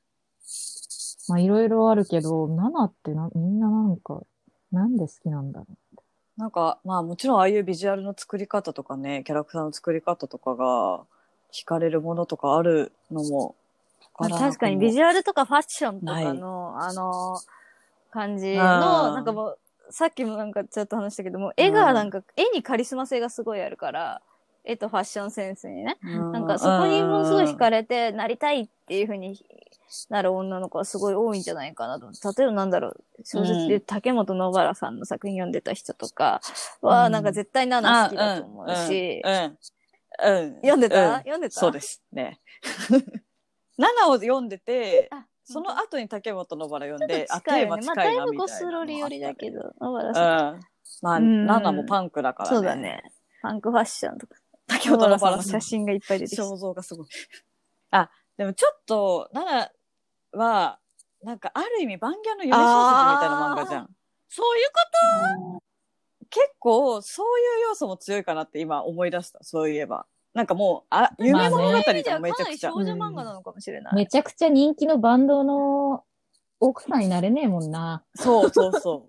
Speaker 4: まあいろいろあるけど、ナナってな、みんななんか、なんで好きなんだろ
Speaker 2: なんかまあもちろんああいうビジュアルの作り方とかね、キャラクターの作り方とかが惹かれるものとかあるのも
Speaker 1: まあ、確かにビジュアルとかファッションとかの、あのー、感じの、なんかもう、さっきもなんかちょっと話したけども、絵がなんか、絵にカリスマ性がすごいあるから、絵とファッションセンスにね。なんかそこにものすごい惹かれて、なりたいっていう風になる女の子はすごい多いんじゃないかなと。例えばなんだろう、小説で竹本野原さんの作品読んでた人とかは、なんか絶対ナナ好きだと思うし。
Speaker 2: うん。うんうん、
Speaker 1: 読んでた、
Speaker 2: うん、
Speaker 1: 読んでた
Speaker 2: そうですね。ナナを読んでて、その後に竹本野原読んで、あ、テーマ近いなみたいな。
Speaker 1: まあ、だいぶこうスロリ寄りだけど、野原
Speaker 2: さん。うん。まあ、ナナもパンクだからね。
Speaker 1: そうだね。パンクファッションとか。竹本野原さんの写真がいっぱい出てきて。
Speaker 2: 肖像がすごい。あ、でもちょっと、ナナは、なんかある意味、バンギャの夢小説みたいな漫画じゃん。
Speaker 1: そういうこと
Speaker 2: 結構、そういう要素も強いかなって今思い出した。そういえば。なんかもう、あ、夢物語じゃん、めちゃくちゃ。
Speaker 1: 少女漫画なのかもしれない。
Speaker 4: めちゃくちゃ人気のバンドの奥さんになれねえもんな。
Speaker 2: そうそうそう。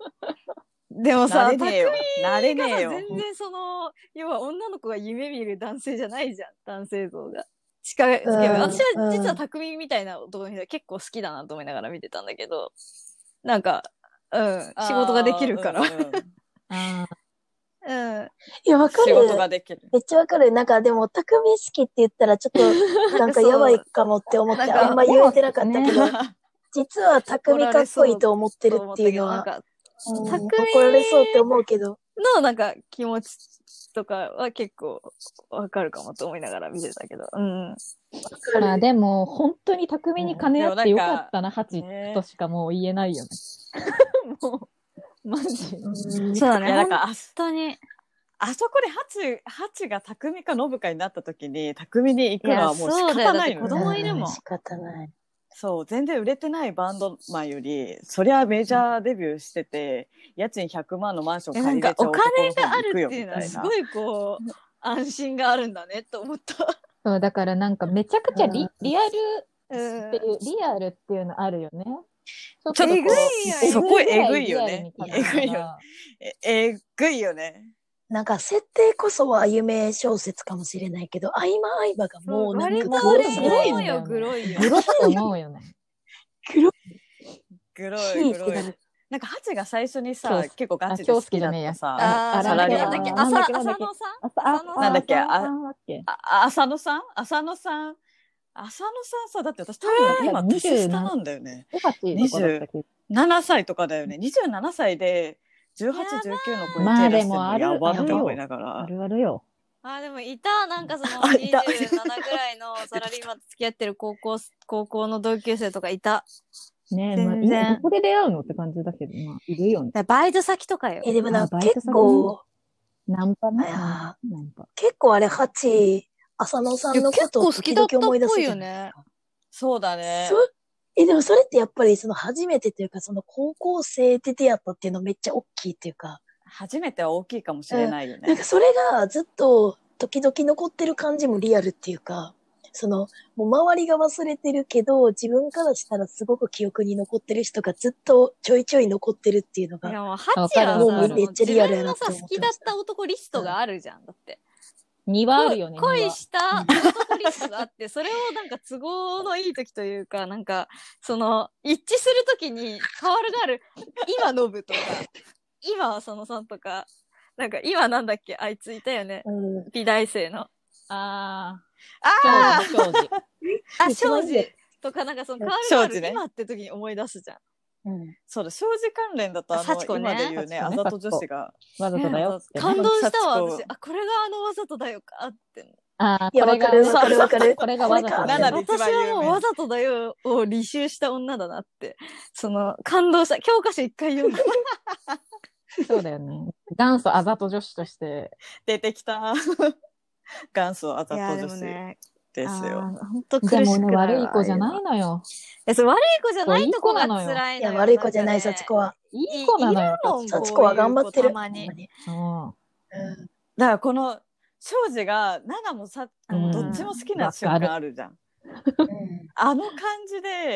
Speaker 1: でもさ、
Speaker 2: なれねえよ。なれねえよ。
Speaker 1: 全然その、要は女の子が夢見る男性じゃないじゃん、男性像が。近い、うん、私は実は匠みたいな男の人結構好きだなと思いながら見てたんだけど、なんか、うん、仕事ができるから。うんうん
Speaker 4: あ
Speaker 1: うん。
Speaker 3: いや、わかる。
Speaker 2: 仕事ができる。
Speaker 3: めっちゃわかる。なんか、でも、匠好きって言ったら、ちょっと、なんかやばいかもって思って、あんま言えてなかったけど、実は匠かっこいいと思ってるっていうのは、匠怒られそうって思うけど。
Speaker 1: の、なんか、気持ちとかは結構わかるかもと思いながら見てたけど。うん。
Speaker 4: まあでも、本当に匠に金あってよかったな、ハチとしかもう言えないよね。もう。マジ
Speaker 1: そうだね。
Speaker 2: なんか、
Speaker 1: 本当に。
Speaker 2: あそこでハチ、ハチが匠か信かになった時に、匠に行くのはもう仕方ないの、
Speaker 1: ね。子供いるもん。
Speaker 3: 仕方ない。
Speaker 2: そう、全然売れてないバンドマンより、そりゃメジャーデビューしてて、家賃ひゃくまんのマンション借りれちゃう
Speaker 1: お金があるっていうのはすごいこう、安心があるんだねと思った。
Speaker 4: そう、だからなんかめちゃくちゃリ、リアルっていう、リアルっていうのあるよね。
Speaker 1: ちょっとえぐいよ
Speaker 2: ね。そこえぐいよね。えぐいよ。えぐいよね。
Speaker 3: なんか設定こそは夢小説かもしれないけど、合間合間がもうなんか
Speaker 1: グロいよ、グロいよ。
Speaker 4: グロって思うよね。
Speaker 3: グロ
Speaker 2: い。グロい、グロい。なんかハチが最初にさ、結構ガチで好きだったさ、
Speaker 1: あ、サラリーマンだっけ、浅野さん
Speaker 2: なんだっけ、あ、浅野さん浅野さん浅野さんさ、だって私多分今年下なんだよね。にじゅうななさいとかだよね。にじゅうななさいでじゅうはち、じゅうきゅうの子に手出してもやばって思いながら。
Speaker 4: あるあるよ。
Speaker 1: あ、でもいた、なんかそのにじゅうななぐらいのサラリーマンと付き合ってる高校、高校の同級生とかいた。
Speaker 4: ねえ、全然。まあ、どこで出会うのって感じだけど、まあ、いるよね。
Speaker 1: バイト先とかよ。
Speaker 3: え、でもなんか結構、
Speaker 4: ナンパね。
Speaker 3: 結構あれ、ハチ、浅野さんのことを時々思い出すよね。
Speaker 2: そうだね。
Speaker 3: え、でもそれってやっぱりその初めてというか、その高校生で出会ったっていうのめっちゃ大きいっていうか。
Speaker 2: 初めては大きいかもしれないよね。
Speaker 3: うん、なんかそれがずっと時々残ってる感じもリアルっていうか、その、もう周りが忘れてるけど、自分からしたらすごく記憶に残ってる人がずっとちょいちょい残ってるっていうのが。
Speaker 1: いやもう、ハチはもうめっちゃリアルやなって思ってました。自分のさ、好きだった男リストがあるじゃん、だって。
Speaker 4: 庭あるよね。
Speaker 1: 恋した男リストがあって、それをなんか都合のいい時というか、なんか、その、一致する時に変わるがある、今ノブとか、今浅野さんとか、なんか今なんだっけ、あいついたよね。うん、美大生の。
Speaker 4: あ
Speaker 1: あ。ああ
Speaker 4: 庄司。
Speaker 1: あ、庄司とかなんかその変わるがある、ね、今って時に思い出すじゃん。
Speaker 2: うん、そうだ、庄司関連だとあの、ね、今で言うね、あざと女子が。
Speaker 4: わざとだよって、
Speaker 1: ね。感動したわ、私。あ、これがあのわざとだよかって。
Speaker 4: ああ、
Speaker 3: これがわかるわかる。
Speaker 4: これがわざとだ
Speaker 1: よ。私はもうわざとだよを履修した女だなって。その、感動した。教科書一回読んだ。
Speaker 4: そうだよね。元祖あざと女子として。
Speaker 2: 出てきた。元祖あざと女子。ですよ。
Speaker 1: 本当苦しくない。
Speaker 4: でもね、悪い子じゃないのよ。
Speaker 1: え、それ悪い子じゃないとこが辛いのよ。
Speaker 3: いや、悪い子じゃない、幸子は。
Speaker 4: いい子なのよ。
Speaker 3: 幸子は頑張ってる。
Speaker 1: たまに。
Speaker 4: うん。
Speaker 2: だからこの、庄司が、ナナもさ、どっちも好きな瞬間あるじゃん。あの感じで、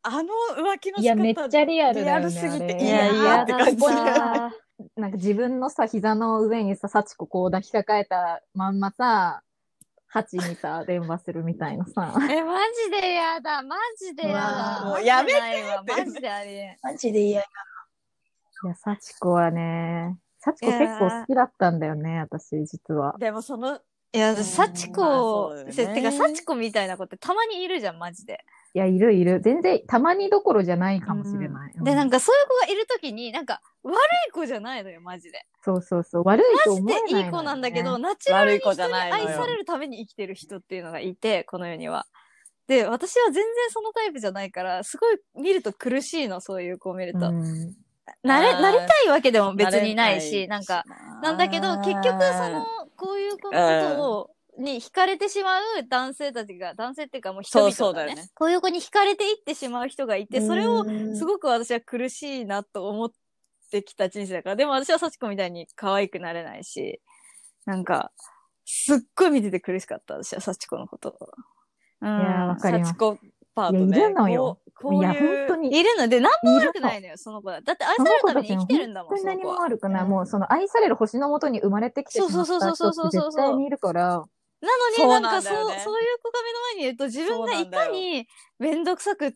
Speaker 2: あの浮気の仕方
Speaker 4: いや、めっちゃリアルだよね。
Speaker 2: リアルすぎて
Speaker 4: あれ
Speaker 2: いやいやって感じ
Speaker 4: ここにさ、なんか自分のさ、膝の上にさ、幸子こう抱きかかえたまんまさ、ハチにさ、電話するみたいなさ。
Speaker 1: え、マジでやだ。マジでや
Speaker 3: うわ
Speaker 1: だ。
Speaker 3: ー
Speaker 2: もうやめて
Speaker 1: マジでないわマジでありえん。
Speaker 3: マジで嫌や。
Speaker 4: いや、幸子はね、幸子結構好きだったんだよね、私、実は。
Speaker 2: でもその
Speaker 1: いや、
Speaker 2: うん
Speaker 1: 幸子、
Speaker 2: まあそうだよね
Speaker 1: せてか、幸子みたいな子ってたまにいるじゃん、マジで。
Speaker 4: いや、いるいる。全然、たまにどころじゃないかもしれない。
Speaker 1: うんで、なん
Speaker 4: か、
Speaker 1: かそういう子がいるときに、なんか悪い子じゃないのよ、マジで。
Speaker 4: そうそうそう。悪いと思えないのよね、
Speaker 1: で、いい子なんだけど、ナチュラルに
Speaker 2: 悪い子じ
Speaker 1: 人に
Speaker 2: ゃないのよ
Speaker 1: 愛されるために生きてる人っていうのがいて、この世には。で、私は全然そのタイプじゃないから、すごい見ると苦しいの、そういう子を見ると。
Speaker 4: うん。
Speaker 1: なれ、
Speaker 2: あー
Speaker 1: なりたいわけでも別にない
Speaker 2: 慣れ
Speaker 1: し、なんか、
Speaker 2: な
Speaker 1: なんだけど、結局その、こういうことを、に惹かれてしまう男性たちが、男性っていうかもう人々がね、
Speaker 2: そうそうだよね
Speaker 1: こういう子に惹かれていってしまう人がいて、それを
Speaker 3: うん
Speaker 1: すごく私は苦しいなと思ってきた人生だから、でも私は幸子みたいに可愛くなれないし、なんか、すっごい見てて苦しかった、私は幸子のこと。うん。
Speaker 4: いやーわかります
Speaker 2: 幸子パートね。
Speaker 4: いやいるのよ
Speaker 2: こうこういう
Speaker 4: いや、本当に。
Speaker 1: いるので、何も悪くないのよ、その子だ。だって愛されるために生きてるんだもん、
Speaker 4: その子たちは本当に何も
Speaker 1: その子は。
Speaker 4: 悪くない。
Speaker 3: うん
Speaker 4: もうその愛される星のもとに生まれてきてしまった
Speaker 1: そうそうそうそう
Speaker 4: 人って絶対にいるから、
Speaker 1: なのに
Speaker 2: そう
Speaker 1: なんかそう、
Speaker 2: なんだよね
Speaker 1: そういう子が目の前にいると自分がい
Speaker 2: そうなんだよ
Speaker 1: かにめんどくさくって、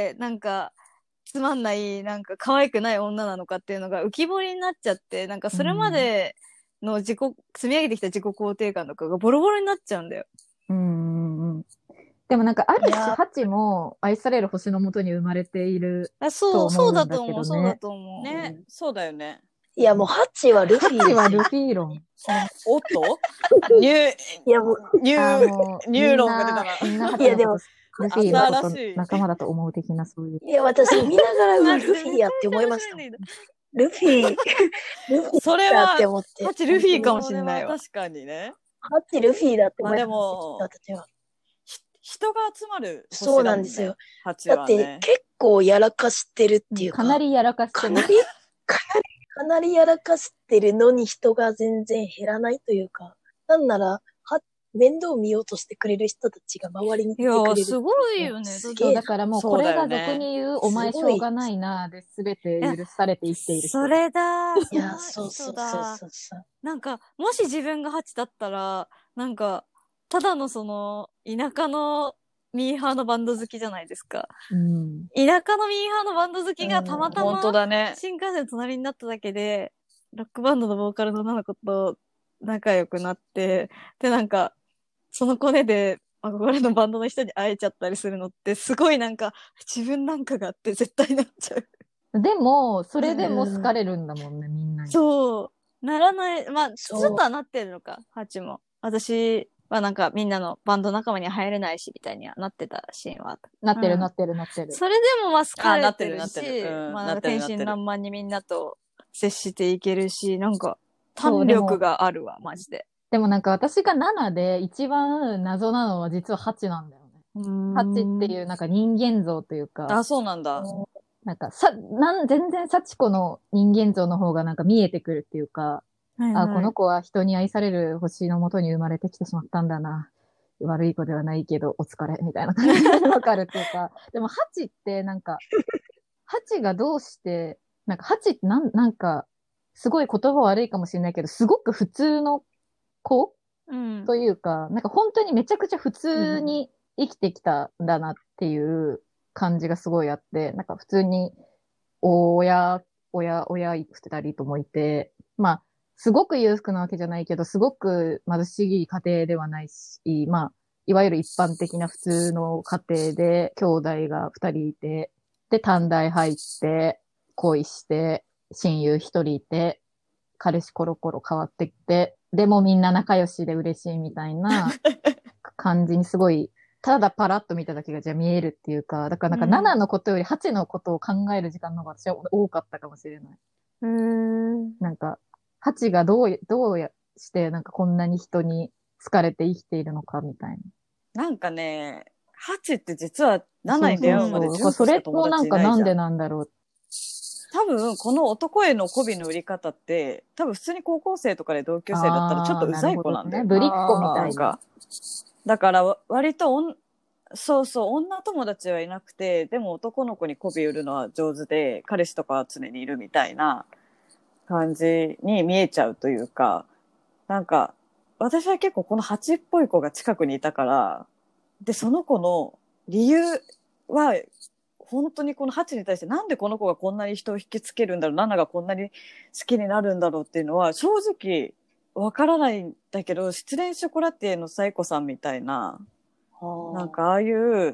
Speaker 1: なんか、つまんない、なんか可愛くない女なのかっていうのが浮き彫りになっちゃって、なんかそれまでの自己、積み上げてきた自己肯定感とかがボロボロになっちゃうんだよ。
Speaker 4: うんうんうん。でもなんかある種、
Speaker 3: いや
Speaker 4: ハチも愛される星のもとに生まれている。
Speaker 1: あそう、
Speaker 4: と
Speaker 1: そう
Speaker 4: 思うんだけどね
Speaker 1: だと思う、そうだと思う。
Speaker 2: ね、そうだよね。
Speaker 3: いや、もう、ハチはルフィですよ。
Speaker 4: ハチはルフィ論。
Speaker 2: おっとニュー、
Speaker 3: いや、もう、
Speaker 2: ニュ
Speaker 4: あ
Speaker 2: ー、
Speaker 4: もう
Speaker 2: ニューロンが出たな
Speaker 4: みんな、みんなハ
Speaker 3: いやでも
Speaker 4: チのこと、ルフィのこと
Speaker 2: 新しい
Speaker 4: 仲間だと思う的なそういう。
Speaker 3: いや、私見ながら、うわルフィやって思いましたもん。ルフィ、ルフィ
Speaker 2: それは
Speaker 3: だって、思って。
Speaker 1: ハチルフィかもしれないわ
Speaker 2: それは確かにね。
Speaker 3: ハチルフィだって思いました、
Speaker 2: まあでも
Speaker 3: 私は。
Speaker 2: ひ人が集まる星だも
Speaker 3: そうなんですよ。
Speaker 2: ハチ
Speaker 3: だって
Speaker 2: はね。
Speaker 3: 結構やらかしてるっていうか、
Speaker 4: かなりやらかしてる
Speaker 3: かな。り、かなり、かなりやらかしてるのに人が全然減らないというか、なんなら、は、面倒見ようとしてくれる人たちが周りに来
Speaker 1: いや
Speaker 3: てくれる。
Speaker 1: すごいよね
Speaker 3: すげえ
Speaker 4: そうだ。からもうこれが俗に言う、お前し
Speaker 3: すごい
Speaker 4: ょうがないな、で全て許されて生きている人。
Speaker 1: それだ。
Speaker 3: いや、
Speaker 1: その人
Speaker 3: そうそうそう
Speaker 1: だ
Speaker 3: そうそう。
Speaker 1: なんか、もし自分がハチだったら、なんか、ただのその、田舎のミーハーのバンド好きじゃないですか。
Speaker 4: うん。
Speaker 1: 田舎のミーハーのバンド好きがたまた
Speaker 2: 本当
Speaker 1: ま
Speaker 2: だね。
Speaker 1: 新幹線の隣になっただけで、ロックバンドのボーカルの女の子と仲良くなって、で、なんか、そのコネで憧れのバンドの人に会えちゃったりするのって、すごいなんか、自分なんかがあって絶対なっちゃう。
Speaker 4: でも、それでも好かれるんだもんね、みんなに。
Speaker 1: そう。ならない。まあ、ち
Speaker 3: そう
Speaker 1: ょっとはなってるのか、ハチも。私はなんかみんなのバンド仲間に入れないし、みたいにはなってたシーンはあった。
Speaker 4: なってる、
Speaker 1: うん
Speaker 4: なってる、なってる。
Speaker 1: それでもまあ好かれてる
Speaker 2: あなっ
Speaker 1: し、
Speaker 2: てるなってるうん
Speaker 1: まあなんか天真
Speaker 2: なってるなってる
Speaker 1: 爛漫にみんなと接していけるし、なんか
Speaker 4: そう
Speaker 1: 胆力があるわ、マジで。
Speaker 4: でもなんか私がななで一番謎なのは実ははちなんだよね。はちっていうなんか人間像というか、
Speaker 2: あ、そうなんだ。
Speaker 4: なんかさ、なん全然幸子の人間像の方がなんか見えてくるっていうか、
Speaker 1: はいはい
Speaker 4: あ、この子は人に愛される星のもとに生まれてきてしまったんだな。悪い子ではないけど、お疲れ、みたいな感じでわかるっていうか。でも、ハチってなんか、ハチがどうして、なんか、ハチってなん、なんか、すごい言葉悪いかもしれないけど、すごく普通の子
Speaker 1: うん。
Speaker 4: というか、なんか本当にめちゃくちゃ普通に生きてきたんだなっていう感じがすごいあって、なんか普通に、親、親、親二人ともいて、まあ、すごく裕福なわけじゃないけど、すごく貧しい家庭ではないし、まあ、いわゆる一般的な普通の家庭で、兄弟が二人いて、で、短大入って、恋して、親友一人いて、彼氏コロコロ変わってきて、でもみんな仲良しで嬉しいみたいな感じにすごい、ただパラッと見ただけがじゃあ見えるっていうか、だからなんか
Speaker 1: うん
Speaker 4: ななのことよりはちのことを考える時間の方が私は多かったかもしれない。
Speaker 1: うーん。
Speaker 4: なんか、はちがどう、どうやしてなんかこんなに人に好かれて生きているのかみたいな。
Speaker 2: なんかね、ハチって実はななに出会うまで
Speaker 4: そう
Speaker 2: 純
Speaker 4: そうそうそれ
Speaker 2: 子しか友
Speaker 4: もなんか
Speaker 2: 達いないじゃん。
Speaker 4: なんでなんだろう。
Speaker 2: 多分この男への媚びの売り方って多分普通に高校生とかで同級生だったらちょっとうざい子なんだよ、
Speaker 4: あーなるほどねぶりっ子みたいな。
Speaker 2: なんかだからわ割とおんそうそう、女友達はいなくて、でも男の子に媚び売るのは上手で、彼氏とかは常にいるみたいな感じに見えちゃうというか、なんか、私は結構このハチっぽい子が近くにいたから、で、その子の理由は、本当にこのハチに対してなんでこの子がこんなに人を引きつけるんだろう、ナナがこんなに好きになるんだろうっていうのは正直わからないんだけど、失恋ショコラティエのサイコさんみたいな、なんかああいう、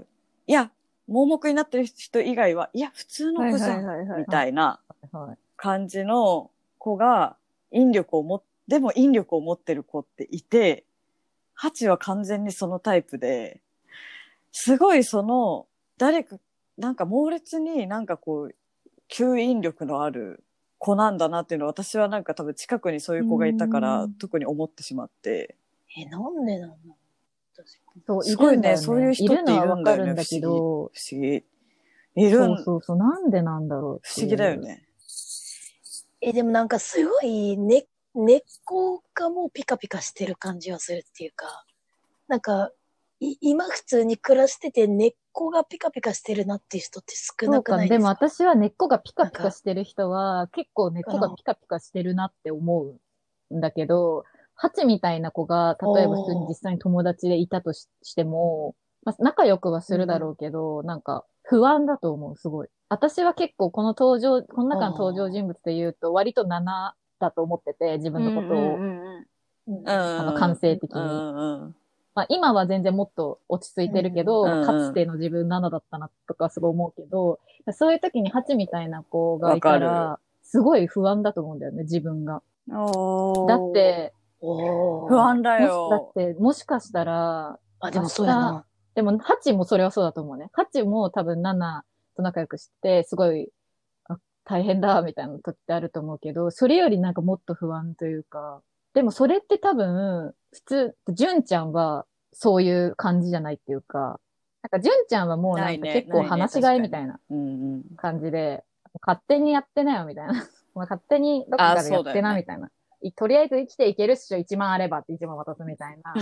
Speaker 2: いや、盲目になってる人以外は、いや、普通の子じゃん、みたいな感じの子が、引力をも、でも引力を持ってる子っていて、ハチは完全にそのタイプで、すごいその、誰か、なんか猛烈になんかこう、吸引力のある子なんだなっていうのは、私はなんか多分近くにそういう子がいたから、特に思ってしまって。
Speaker 3: え、なんでなんだろう。
Speaker 4: そう、
Speaker 2: すごいね、
Speaker 4: いるんだよね。
Speaker 2: そういう人っているんだよね。
Speaker 4: いるのはわかるんだけど、
Speaker 2: 不思議。いるん
Speaker 4: そうそうそう、なんでなんだろう。
Speaker 2: 不思議だよね。
Speaker 3: え、でもなんかすごい根、根っこがもうピカピカしてる感じはするっていうか、なんか、い今普通に暮らしてて根っこがピカピカしてるなっていう人って少なくないですか？
Speaker 4: そうか、でも私は根っこがピカピカしてる人は、結構根っこがピカピカしてるなって思うんだけど、ハチみたいな子が、例えば普通に実際に友達でいたとし、しても、まあ、仲良くはするだろうけど、うん、なんか不安だと思う、すごい。私は結構この登場、この中の登場人物で言うと、割とななだと思ってて、自分のことを。あの、感性的に。まあ、今は全然もっと落ち着いてるけど、うんうん、かつての自分ななだったなとかすごい思うけど、そういう時にハチみたいな子がいたら、すごい不安だと思うんだよね、自分が。だって、
Speaker 2: 不安だよ。
Speaker 4: だって、もしかしたら、
Speaker 3: あ、でもそうやな。
Speaker 4: でも、ハチもそれはそうだと思うね。ハチも多分ナナと仲良くして、すごい、あ、大変だ、みたいな時ってあると思うけど、それよりなんかもっと不安というか、でもそれって多分、普通、純ちゃんはそういう感じじゃないっていうか、なんか純ちゃんはもうなんか結構話し飼いみたいな感じで、勝手にやってなよみたいな。まあ勝手にどっかでやってなみたいな。ね、とりあえず生きていけるっしょ、いちまんあればっていちまん渡すみたいな。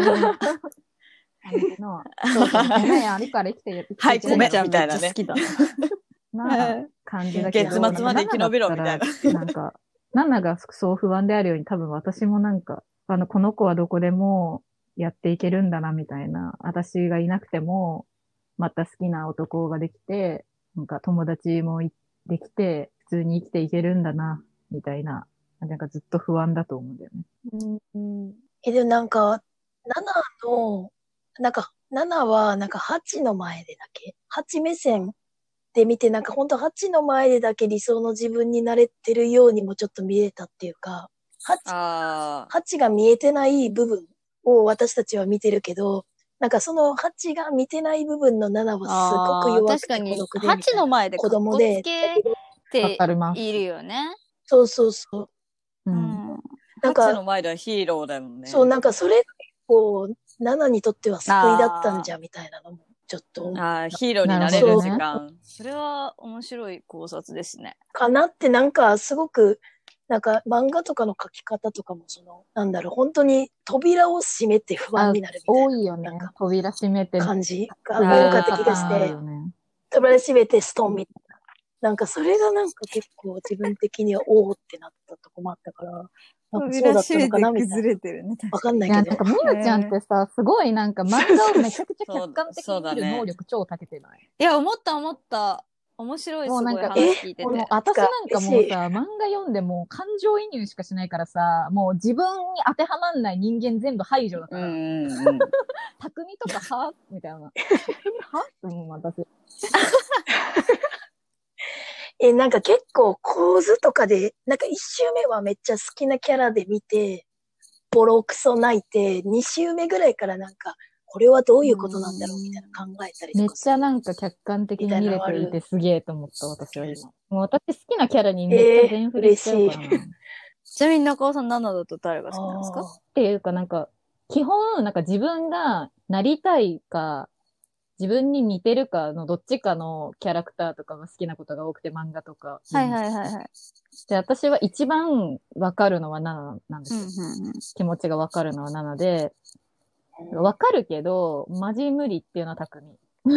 Speaker 4: 感じの、そうそう、米あるから生きてる。
Speaker 2: はい、米ちゃんみたいなね。
Speaker 4: 好きだ。な感じだけど。
Speaker 2: 月末まで生き延びろみたいな。
Speaker 4: なんか、ナナがそう不安であるように多分私もなんか、あの、この子はどこでもやっていけるんだなみたいな、私がいなくても、また好きな男ができて、なんか友達もできて、普通に生きていけるんだな、みたいな、なんかずっと不安だと思うんだよね。
Speaker 3: うん、え、でもなんか、ナナの、なんか、ナナはなんかハチの前でだけ、ハチ目線で見て、なんか本当ハチの前でだけ理想の自分になれてるようにもちょっと見えたっていうか、ハチ、ハチが見えてない部分を私たちは見てるけど、なんかそのハチが見てない部分のナナはすごく弱くて孤独で、
Speaker 1: ハチの前で子供でっているよね。
Speaker 3: そうそうそう。
Speaker 2: うん。なんかハチの前ではヒーローだもんね。
Speaker 3: そう、なんかそれがこう、ナナにとっては救いだったんじゃみたいなのもちょっと。
Speaker 2: ああ、ヒーローになれる時間。
Speaker 1: それは面白い考察ですね。
Speaker 3: かなってなんかすごく、なんか漫画とかの書き方とかもその、なんだろう、本当に扉を閉めて不安になるみたいな。
Speaker 4: 多いよね。なんか扉閉めて。
Speaker 3: 感じが文化的でして、ね、扉閉めてストーンみたいな。なんかそれがなんか結構自分的にはおーってなったとこもあったから、なんかそうだったのかなみたいな。崩れてるね。わかんないけど。いや、
Speaker 4: なんかみゆちゃんってさ、すごいなんか漫画をめちゃくちゃ客観的に見る能力超長けてない？
Speaker 1: いや、思った思った。面白い、すごい話聞いてて。
Speaker 4: もう私なんかもうさ、漫画読んでも感情移入しかしないからさ、もう自分に当てはまんない人間全部排除だから。匠とかはみたいな。はって思う、私。
Speaker 3: え、なんか結構構図とかで、なんか一周目はめっちゃ好きなキャラで見て、ボロクソ泣いて、二周目ぐらいからなんか、これはどういうことなんだろうみたいな考えたりとか。
Speaker 4: めっちゃなんか客観的に見れていてすげえと思った、私は今。もう私好きなキャラにめっちゃ全振りしちゃうからな。えー、
Speaker 1: ちなみに中尾さんななだと誰が好きなんですか？
Speaker 4: っていうかなんか、基本なんか自分がなりたいか、自分に似てるかのどっちかのキャラクターとかが好きなことが多くて、漫画とか。
Speaker 1: はいはいはいはい。
Speaker 4: で、私は一番わかるのはなななんですよ。うんうんうん、気持ちがわかるのはななで、 わかるけど、マジ無理っていうのは匠。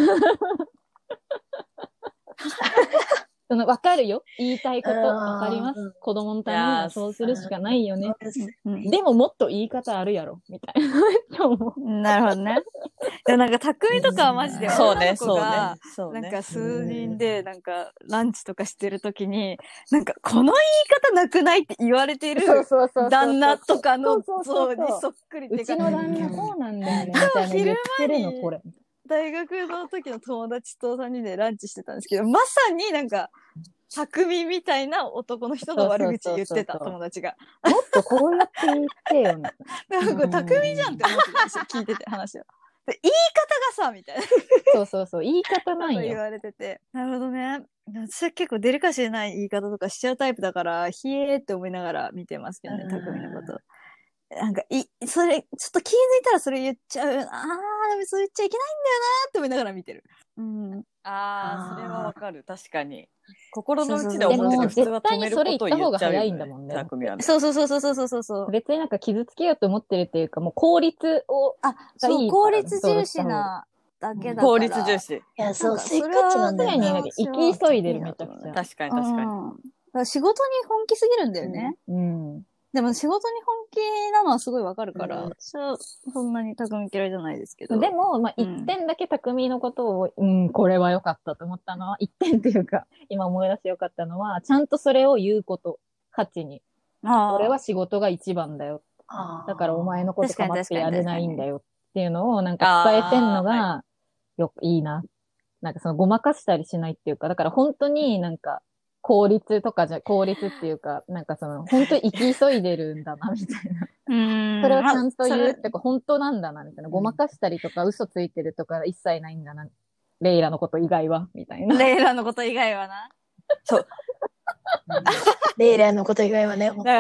Speaker 4: そのわかるよ。言いたいことわかります。子供のためにはそうするしかないよね。でももっと言い方あるやろ。みたいな。
Speaker 1: なるほどね。でもなんか匠とかはマジで
Speaker 2: そうね、
Speaker 1: 女の子
Speaker 2: そう
Speaker 1: が、
Speaker 2: ね。そうね。
Speaker 1: なんか数人でなんかランチとかしてるときに、なんかこの言い方なくないって言われてる旦那とかの像にそっくりって
Speaker 4: うちの旦那こうなんだよね。みたいな言ってるの、これ。
Speaker 1: 大学の時の友達とさんにんでランチしてたんですけど、まさになんか、匠みたいな男の人の悪口言ってた友達が。
Speaker 4: もっとこうやって言ってよね。
Speaker 1: なんか匠じゃんって思ってたんですよ、聞いてて話を。で言い方がさ、みたいな。
Speaker 4: そうそうそう、言い方なんよ。
Speaker 1: 言われてて。なるほどね。私は結構デリカシーない言い方とかしちゃうタイプだから、ひえーって思いながら見てますけどね、匠のこと。なんか、い、それ、ちょっと気づいたらそれ言っちゃう。ああ、でもそう言っちゃいけないんだよなーって思いながら見てる。うん。
Speaker 2: ああ、それはわかる。確かに。心の内で
Speaker 4: でも
Speaker 2: 思ってる普通は止めることを言っちゃうよ、ね。
Speaker 4: 絶対にそれ言った方が早いんだもんね。
Speaker 2: 匠はね。
Speaker 1: そうそうそうそうそうそうそう。
Speaker 4: 別になんか傷つけようと思ってるっていうか、もう効率を。
Speaker 1: あ、そう、効率重視なだけだから。
Speaker 2: 効率重視。
Speaker 3: いや、そう、せっかちなんだよね。
Speaker 4: 常になんか生き急いでるめちゃくちゃ。
Speaker 2: 確かに確かに。
Speaker 1: うん、だから仕事に本気すぎるんだよね。
Speaker 4: うん。うん
Speaker 1: でも仕事に本気なのはすごいわかるから、私はそんなに匠嫌いじゃないですけど。
Speaker 4: でも、まあ、一点だけ匠のことを、うん、これは良かったと思ったのは、一点っていうか、今思い出して良かったのは、ちゃんとそれを言うこと、価値に。俺は仕事が一番だよ。だからお前のこと構ってやれないんだよっていうのをなんか伝えてんのが、よくいいな。なんかそのごまかしたりしないっていうか、だから本当になんか、効率とかじゃ、効率っていうか、なんかその、本当に生き急いでるんだな、みたいな。
Speaker 1: うん。
Speaker 4: それをちゃんと言うってか、本当なんだな、みたいな。ごまかしたりとか、嘘ついてるとか、一切ないんだな。レイラのこと以外は、みたいな。
Speaker 1: レイラのこと以外はな。
Speaker 2: そう。
Speaker 3: レイラのこと以外はね、
Speaker 2: だから、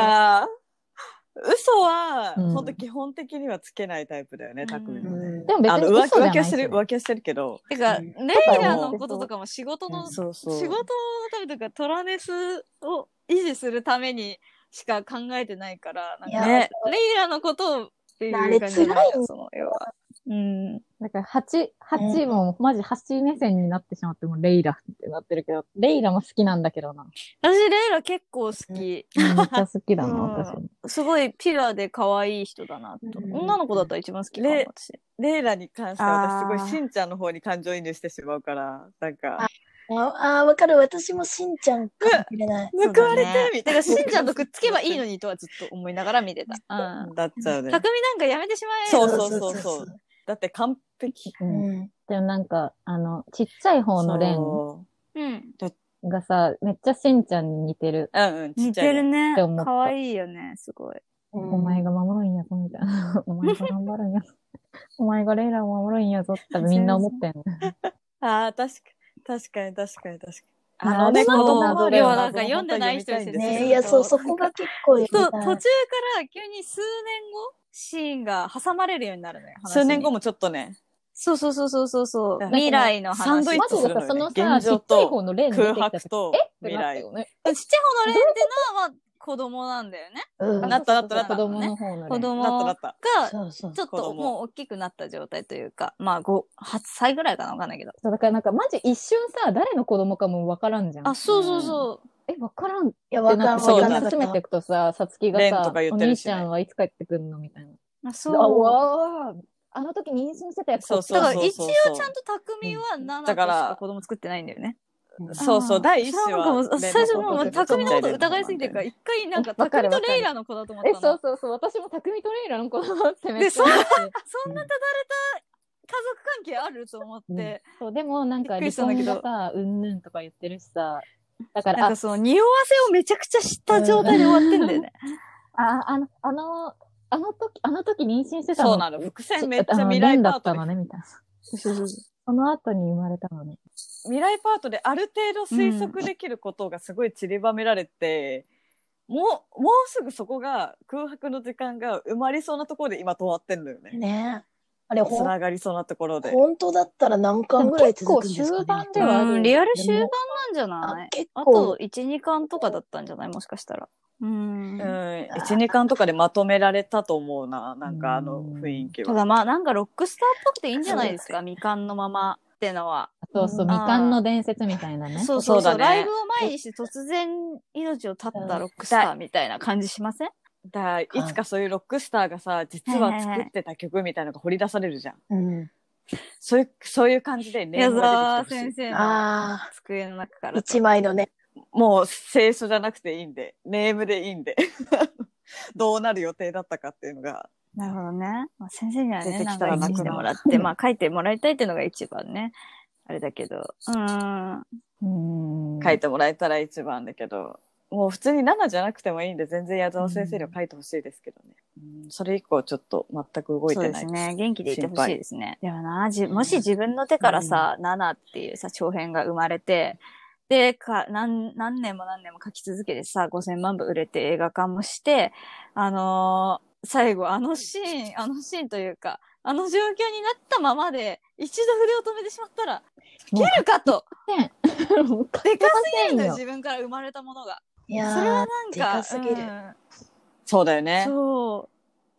Speaker 2: 嘘は、
Speaker 4: うん、
Speaker 2: 本当基本的にはつけないタイプだよね、匠もね。
Speaker 4: でも別に嘘じゃない
Speaker 2: 浮気はしてる、浮気はしてるけど。
Speaker 1: てか、レイラのこととかも仕事の、
Speaker 2: そうそう
Speaker 1: 仕事のためとかトラネスを維持するためにしか考えてないから、なんかね、レイラのことをっていう感じなんだよ、その要は。うん。
Speaker 4: だから、八、八も、マジ八目線になってしまっても、レイラってなってるけど、レイラも好きなんだけどな。
Speaker 1: 私、レイラ結構好き。
Speaker 4: めっちゃ好きだな、私も。
Speaker 1: すごいピュアで可愛い人だなと。女の子だったら一番好きかも、私。
Speaker 2: レイラに関しては、私すごいしんちゃんの方に感情移入してしまうから、なんか。
Speaker 3: ああ、わかる。私もしんちゃんかもしれない。
Speaker 2: 報われてみたいな。
Speaker 1: しんちゃんとくっつけばいいのにとはずっと思いながら見てた。
Speaker 2: うん。だっちゃうね。
Speaker 1: 匠なんかやめてしまえ。
Speaker 2: そうそうそうそう。だって完璧。
Speaker 4: うん。でもなんか、あの、ちっちゃい方のレンがさ、めっちゃしんちゃんに似てる。
Speaker 2: うんうん、
Speaker 1: 似てるね。かわいいよね、すごい。
Speaker 4: お前が守るんやぞ、みたいな。お前が頑張るんや。お前がレイラを守るんやぞって多分みんな思ってんの。
Speaker 2: ああ、確か確かに確かに確かに。
Speaker 1: あのね、子供周りはなんか読んでない人です
Speaker 3: ね。いや、そう、そこが結構
Speaker 1: そう、途中から急に数年後、シーンが挟まれるようになるのよ。
Speaker 2: 数年後もちょっとね。
Speaker 1: そうそうそうそうそうそう。未来の話。
Speaker 2: サンドイッチするのよ、ね。
Speaker 4: そのさ、ちっちゃい方のレン
Speaker 2: 空白と未来。
Speaker 1: ちっちゃい方のレンってのは、子供なんだよね。
Speaker 2: うん、なったなったなった。
Speaker 4: 子供の方の
Speaker 1: 子供が、ちょっともう大きくなった状態というか、まあ、ご、はっさいぐらいかなわかんないけど。
Speaker 4: そう、だからなんかマジ一瞬さ、誰の子供かもわからんじゃん。
Speaker 1: あ、そうそうそう。
Speaker 4: え、わからんって
Speaker 3: なって
Speaker 4: なって、進めていくとさ、さつきがさ、お兄ちゃんはいつ帰ってくんのみたいな。
Speaker 1: あ、そう。
Speaker 4: あ、あの時妊娠してたやつ。
Speaker 1: そうそう。だから一応ちゃんと匠はナナとしか子供作ってないんだよね。
Speaker 2: そうそう、第一子は。
Speaker 1: 最初もう、匠のこと疑いすぎてるから、一回なんか、匠とレイラの子だと思ったの。
Speaker 4: え、そうそうそう、私も匠とレイラの子だってめっちゃ。
Speaker 1: で、そんな、そんなただれた家族関係あると思って。
Speaker 4: そう、でもなんか、離婚がさ、うんぬんとか言ってるしさ、だから、
Speaker 1: なんかそう、匂わせをめちゃくちゃした状態で終わってんだよね。
Speaker 4: あ、あの、あの、あの時、あの時妊娠してたの。
Speaker 2: そうなの、伏線めっちゃ未来パート
Speaker 4: だったのね、みたいな。その後に生まれたのね。
Speaker 2: 未来パートである程度推測できることがすごい散りばめられて、うん、もう、もうすぐそこが空白の時間が埋まりそうなところで今止まってんのよね。
Speaker 3: ねあれ、
Speaker 2: つながりそうなところで。
Speaker 3: 本当だったら何巻ぐらい続くんですかね。
Speaker 1: 結構終盤ではある。リアル終盤なんじゃない？結構。あといち、にかんとかだったんじゃないもしかしたら。 うん。
Speaker 2: うん、いち、にかんとかでまとめられたと思うな、なんかあの雰囲気は。
Speaker 1: ただまあなんかロックスターっぽくていいんじゃないですか、未完のままってのは。
Speaker 4: そうそう、未完の伝説みたいなね。
Speaker 1: そうそうそう、
Speaker 2: そうだね
Speaker 1: ライブを前にして突然命を絶ったロックスターみたいな感じしません？
Speaker 2: だからいつかそういうロックスターがさ、実は作ってた曲みたいなのが掘り出されるじゃん。
Speaker 3: うん。
Speaker 2: そういう、そういう感じでネー
Speaker 1: 矢
Speaker 2: ムが
Speaker 1: 沢
Speaker 2: 出てきてほしい。
Speaker 1: 先生の
Speaker 3: ああ、
Speaker 1: 机の中からと。
Speaker 3: 一枚のね。
Speaker 2: もう清楚じゃなくていいんで、ネームでいいんで。どうなる予定だったかっていうのが。
Speaker 1: なるほどね。まあ、先生にはね、
Speaker 2: 出て
Speaker 1: なん
Speaker 2: きたら泣くな
Speaker 1: かしてもらって、まあ書いてもらいたいっていうのが一番ね。あれだけど。うーん。
Speaker 4: うん。
Speaker 2: 書いてもらえたら一番だけど、もう普通にななじゃなくてもいいんで、全然矢沢先生には書いてほしいですけどね。うん、それ以降ちょっと全く動いてない。
Speaker 1: そうですね。元気でいてほしいですね。でもな、じもし自分の手からさ、うん、ななっていうさ、長編が生まれて、で、か、何、何年も何年も書き続けてさ、ごせんまんぶ売れて映画化もして、あのー、最後、あのシーン、あのシーンというか、あの状況になったままで、一度筆を止めてしまったら、吹けるかとでかすぎるんだよ、自分から生まれたものが。
Speaker 3: いやー、
Speaker 1: それはなんか、
Speaker 3: でかすぎる。うん、
Speaker 2: そうだよね。
Speaker 1: そう。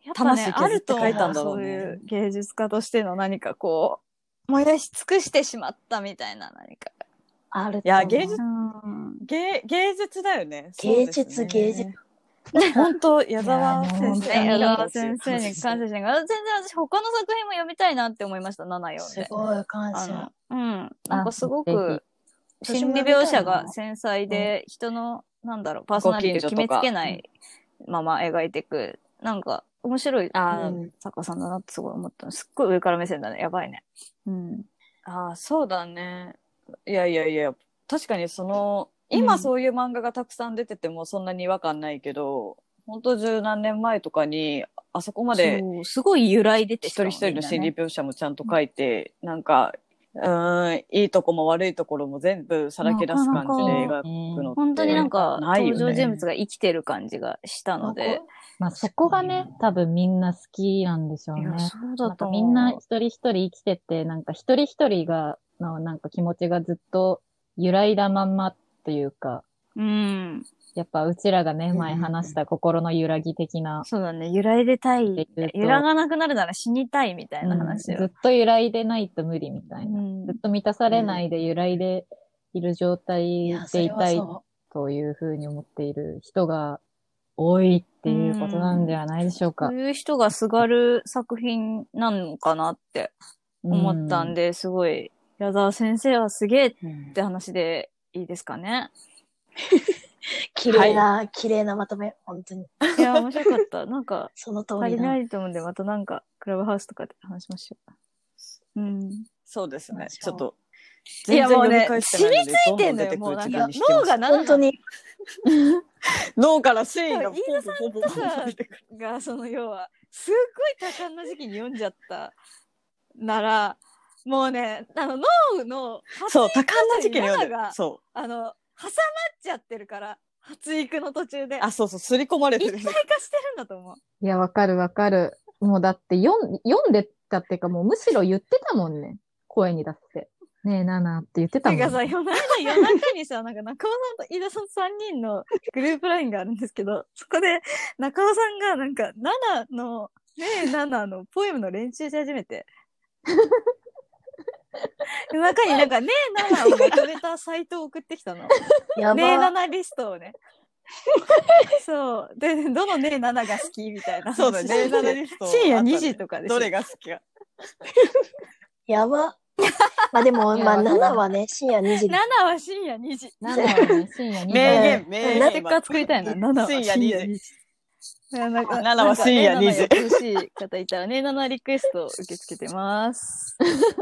Speaker 1: やっぱね、
Speaker 2: 魂削って書いたんだろうね。
Speaker 1: そういう芸術家としての何かこう、燃やし尽くしてしまったみたいな何か。
Speaker 3: あると。
Speaker 2: いや、芸術、芸、芸術だよね。
Speaker 3: 芸術、芸術。
Speaker 2: 本当、矢沢先生。
Speaker 1: 矢沢先生に感謝しながら、全然私他の作品も読みたいなって思いました、なな読んで。
Speaker 3: すごい感謝。
Speaker 1: うん。なんかすごく、心理描写が繊細で、人の、なんだろう、パーソナリティを決めつけないまま描いていく。なんか、面白い作家さんだなってすごい思ったの。すっごい上から目線だね。やばいね。うん。
Speaker 2: ああ、そうだね。いやいやいや、確かにその、今そういう漫画がたくさん出ててもそんなに違和感ないけど、本当十何年前とかに、あそこまで、
Speaker 1: すごい由来出て
Speaker 2: 一人一人の心理描写もちゃんと書いて、ね、なんか、うーん、いいとこも悪いところも全部さらけ出す感じで描くのって、
Speaker 1: 本当になんか登場人物が生きてる感じがしたので、
Speaker 4: まあそこがね、多分みんな好きなんでしょうね。いや、そうだと思う。みんな一人一人生きてて、なんか一人一人がのなんか気持ちがずっと揺らいだまんまっていうか、
Speaker 1: うん。
Speaker 4: やっぱうちらがね、前話した心の揺らぎ的な。
Speaker 1: そうだね、揺らいでたい。揺らがなくなるなら死にたいみたいな話を、
Speaker 4: うん、ずっと揺らいでないと無理みたいな。うん、ずっと満たされないで揺らいでいる状態でいたいというふうに思っている人が多いっていうことなんではないでしょうか。
Speaker 1: そういう人がすがる作品なのかなって思ったんで、うん、すごい、矢沢先生はすげえって話でいいですかね。
Speaker 3: 綺麗な、はい、綺麗なまとめ、本当に。
Speaker 1: いや、面白かった。なんか、
Speaker 3: その通りだ。
Speaker 1: 足りないと思うんで、またなんか、クラブハウスとかで話しましょう。うん。
Speaker 2: そうですね。ちょっと。
Speaker 1: いや、もうね、染みついてんのよ、もうなんか、脳が
Speaker 3: 本当に。
Speaker 2: 脳から繊維がポンポンポンポン
Speaker 1: ポン出てくる。が、その要は、すっごい多感な時期に読んじゃったなら、もうね、あの、脳の、
Speaker 2: そう、多感な時期に読んでる。そう。
Speaker 1: あの、挟まっちゃってるから、発育の途中で。
Speaker 2: あ、そうそう、刷り込まれてる。
Speaker 1: 一体化してるんだと思う。
Speaker 4: いや、わかるわかる。もうだって読ん、読んでたっていうか、もうむしろ言ってたもんね。声に出して。ねえ、ナナって言ってたもんね。
Speaker 1: てかさ、夜中、夜中にさ、なんか中尾さんと飯田さんさんにんのグループラインがあるんですけど、そこで中尾さんがなんか、ナナの、ねえ、ナナのポエムの練習し始めて。中になんか、ねえナナをまとめたサイトを送ってきたの。
Speaker 3: やば
Speaker 1: ねえナナリストをね。そう。で、どのねえナナが好きみたいな。
Speaker 2: そうだね。ねえナナリスト。
Speaker 1: 深夜にじとかで。
Speaker 2: どれが好きか。
Speaker 3: やば。まあでも、まあななはね、深夜にじ。
Speaker 1: ななは深夜にじ。
Speaker 4: ななはね、深夜にじ。
Speaker 2: 名言、名言。
Speaker 1: ステッカー作りたいな。ななは深夜にじ。
Speaker 2: なんかななは深夜にじ。
Speaker 1: 欲しい方いたらね、ななリクエスト受け付けてます。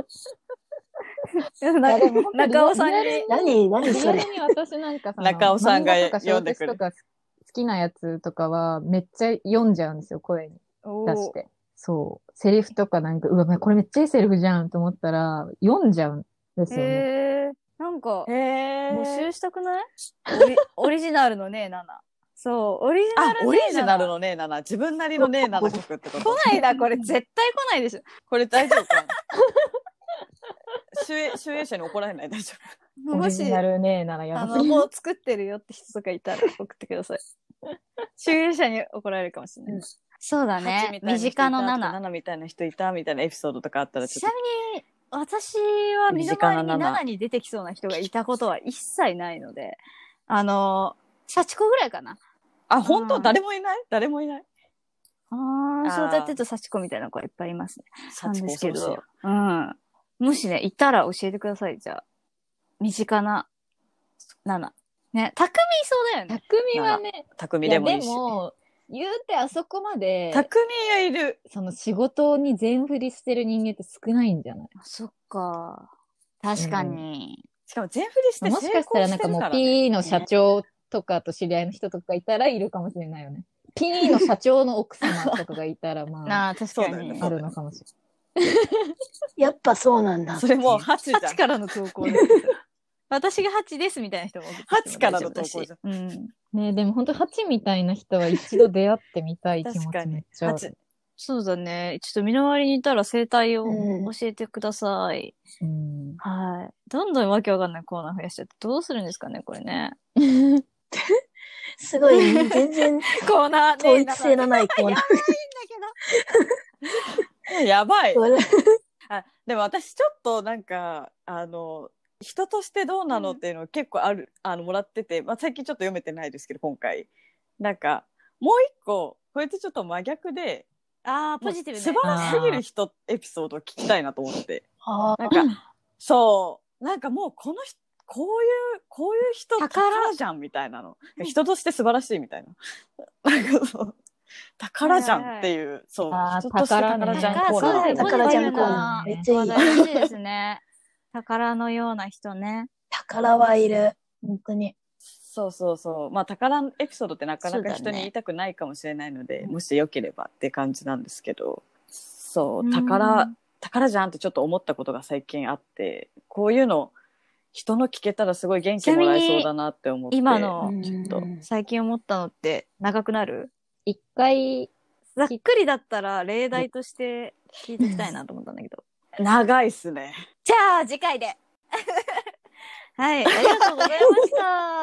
Speaker 1: 中尾さんに。
Speaker 3: 何何それ。
Speaker 4: に私なんかさ、
Speaker 2: 中尾さんが読んでくる。
Speaker 4: とか好きなやつとかはめっちゃ読んじゃうんですよ、声に出して。そう。セリフとかなんか、うわ、これめっちゃいいセリフじゃんと思ったら、読んじゃうんですよね。
Speaker 1: へー。なんか、
Speaker 2: へー。
Speaker 1: 募集したくないオリ、オリジナルのね、ナナ。そう、オリジナルのね、
Speaker 2: あ、オリジナルのね、ナナ。自分なりのね、ナナ曲ってこと。
Speaker 1: 来ないだ、これ絶対来ないでしょ。
Speaker 2: これ大丈夫かな集英、集英社に怒られない大丈
Speaker 4: 夫。オリジナルね、ナナや
Speaker 1: ばすぎる。あの、もう作ってるよって人とかいたら送ってください。 集英社に怒られるかもしれない。うん、そうだね。身近のなな。
Speaker 2: ななみたいな人いたみたいなエピソードとかあったらちょっと。
Speaker 1: ちなみに、私は身の回りにななに出てきそうな人がいたことは一切ないので、あの、幸子ぐらいかな。
Speaker 2: あ、本当誰もいない誰もいない。
Speaker 1: ああ、そうだってと幸子みたいな子はいっぱいいますね。なんですけど。うん。もしね、いたら教えてください、じゃあ。身近ななな。ね、匠いそうだよね。
Speaker 4: 匠はね、
Speaker 2: 匠でもいいし。
Speaker 4: いやでも、言うてあそこまで、
Speaker 2: 匠がいる。
Speaker 4: その仕事に全振りしてる人間って少ないんじゃない？
Speaker 1: そっか。確かに。
Speaker 2: うん、しかも全振りして成功してるから、ね、
Speaker 4: もしかしたらなんかもう P の社長とかと知り合いの人とかいたらいるかもしれないよね。P の社長の奥様とかがいたらまあ、
Speaker 1: あ確かに
Speaker 4: あるのかもしれない。
Speaker 3: やっぱそうなんだ。
Speaker 2: それもうはちじゃん。
Speaker 1: はちからの投稿です。私がはちですみたいな人も
Speaker 2: はちからの投稿じゃん。
Speaker 1: うん。
Speaker 4: ねでも本当はちみたいな人は一度出会ってみたい気持ちめっちゃある。
Speaker 1: そうだね。ちょっと身の回りにいたら生態を教えてください。
Speaker 4: うん、
Speaker 1: はい。どんどんわけわかんないコーナー増やしちゃってどうするんですかね、これね。
Speaker 3: すごい、全然
Speaker 1: コーナー、
Speaker 3: 統一性のないコーナー。
Speaker 2: やばいんだけど。やばい。あ、でも私ちょっとなんか、あの、人としてどうなのっていうの結構ある、あの、もらってて、まあ、最近ちょっと読めてないですけど、今回。なんか、もう一個、これってちょっと真逆で、
Speaker 1: ああ、ポジティブね。
Speaker 2: 素晴らしすぎる人エピソードを聞きたいなと思って。
Speaker 3: あ
Speaker 2: なんか、そう、なんかもうこの人、こういう、こういう人宝じゃんみたいなの。人として素晴らしいみたいな。なんかそう。宝じゃんっていう、はいはい、そう。人として宝じゃんコーナー。
Speaker 3: 宝じゃんコーナー。めっちゃいい。
Speaker 1: 嬉しいですね。宝のような人ね。
Speaker 3: 宝はいる。本当に。
Speaker 2: そうそうそう。まあ宝エピソードってなかなか人に言いたくないかもしれないので、ね、もしよければって感じなんですけど、そう、宝、宝じゃんってちょっと思ったことが最近あって、こういうの、人の聞けたらすごい元気もらえそうだなって思って。
Speaker 1: 今の、ちょっと、最近思ったのって長くなる？
Speaker 4: 一回、
Speaker 1: ざっくりだったら例題として聞いていきたいなと思ったんだけど。
Speaker 2: 長いっすね。
Speaker 1: じゃあ、次回で。はい、ありがとうございました。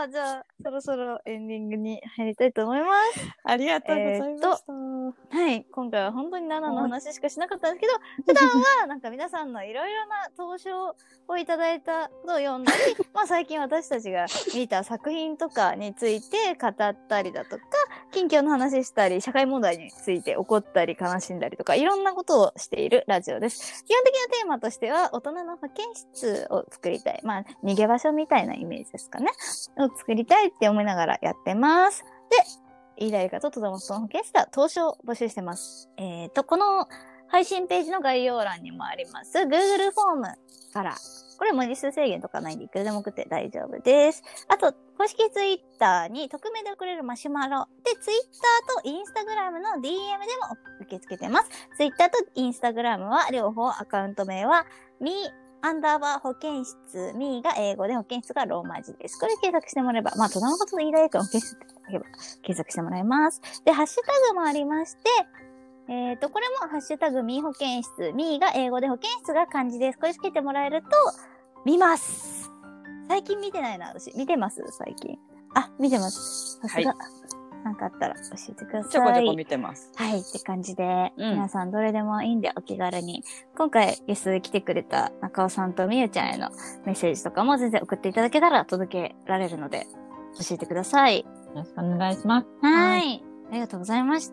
Speaker 1: じゃあ、そろそろエンディングに入りたいと思います。
Speaker 2: ありがとうございました。え
Speaker 1: ー、はい、今回は本当にナナの話しかしなかったんですけど、普段はなんか皆さんのいろいろな投書をいただいたのを読んだり、まあ最近私たちが見た作品とかについて語ったりだとか、近況の話したり、社会問題について怒ったり悲しんだりとか、いろんなことをしているラジオです。基本的なテーマとしては、大人の保健室を作りたい。まあ、逃げ場所みたいなイメージですかね。を作りたいって思いながらやってます。で、いい誰かととどもその保健室は投書を募集してます。えっと、この配信ページの概要欄にもあります Google フォームから、これ文字数制限とかないんでいくらでも送って大丈夫です。あと、公式ツイッターに匿名で送れるマシュマロ。で、ツイッターとインスタグラムの ディーエム でも受け付けてます。ツイッターとインスタグラムは両方アカウント名は、みアンダーバー保健室、みが英語で保健室がローマ字です。これ検索してもらえば、まあ、戸田のことでいい大学の保健室って言えば検索してもらえます。で、ハッシュタグもありまして、えっと、これもハッシュタグみ保健室、みが英語で保健室が漢字です。これつけてもらえると、見ます。最近見てないな、私。見てます最近。あ、見てます。さすが。はい、なんかあったら教えてください。
Speaker 2: ちょこちょこ見てます。
Speaker 1: はい、って感じで、うん、皆さんどれでもいいんでお気軽に。今回ゲストで来てくれた中尾さんとみゆちゃんへのメッセージとかも全然送っていただけたら届けられるので、教えてください。よ
Speaker 4: ろしくお願いします。
Speaker 1: はい。はい、ありがとうございました。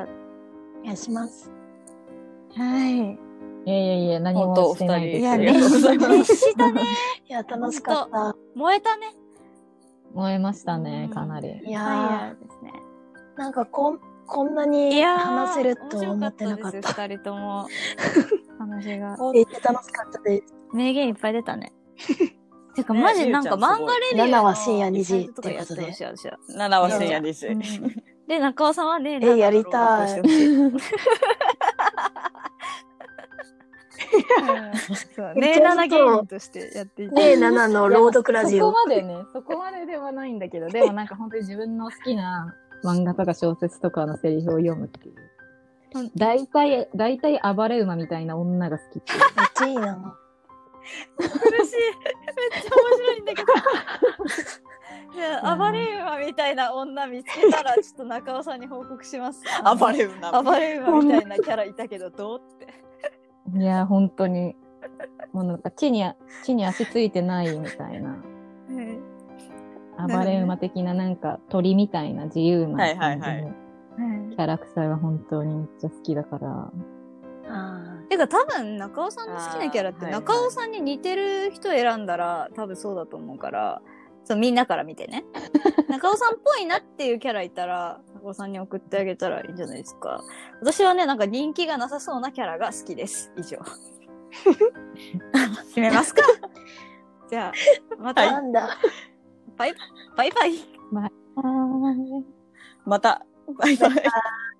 Speaker 3: お願いします。
Speaker 1: はい。
Speaker 4: いやいやいや、何もしてないです。
Speaker 1: いや、熱したね。
Speaker 3: いや、楽しかった。
Speaker 1: 燃えたね。
Speaker 4: 燃えましたね、かなり。
Speaker 3: いやーですね。なんかこん、こんなに話せると思ってなかった。
Speaker 1: 二人とも。話が。
Speaker 3: めっちゃ楽しかったです。
Speaker 1: 名言いっぱい出たね。てか、マジなんか漫画レビューの。
Speaker 3: ななは深夜にじってことで。
Speaker 2: ななは深夜にじ。
Speaker 1: で、中尾さんはね、
Speaker 3: え、やりたい。
Speaker 1: ねえなな芸人としてやっていて。
Speaker 3: ねえななの朗読ラジオ。
Speaker 4: そこまでね、そこまでではないんだけど、でもなんか本当に自分の好きな漫画とか小説とかのセリフを読むっていう。大体、大体暴れ馬みたいな女が好きっていう。
Speaker 3: めっちゃいいな。
Speaker 1: 苦しい。めっちゃ面白いんだけど。 いや暴れ馬みたいな女見つけたらちょっと中尾さんに報告します。
Speaker 2: 暴れ馬。
Speaker 1: 暴れ馬みたいなキャラいたけどどうって。
Speaker 4: いや本当にもうなんか地に地に足ついてないみたいな。暴れ馬的ななんか鳥みたいな自由な感じのキャラクターが本当にめっちゃ好きだから。
Speaker 1: あてか多分中尾さんの好きなキャラって中尾さんに似てる人選んだら多分そうだと思うから、そうみんなから見てね中尾さんっぽいなっていうキャラいたら中尾さんに送ってあげたらいいんじゃないですか。私はねなんか人気がなさそうなキャラが好きです。以上締めますかじゃあまた、
Speaker 3: なんだ
Speaker 1: バイバイバイバイ
Speaker 4: まあ
Speaker 2: またバイバイ。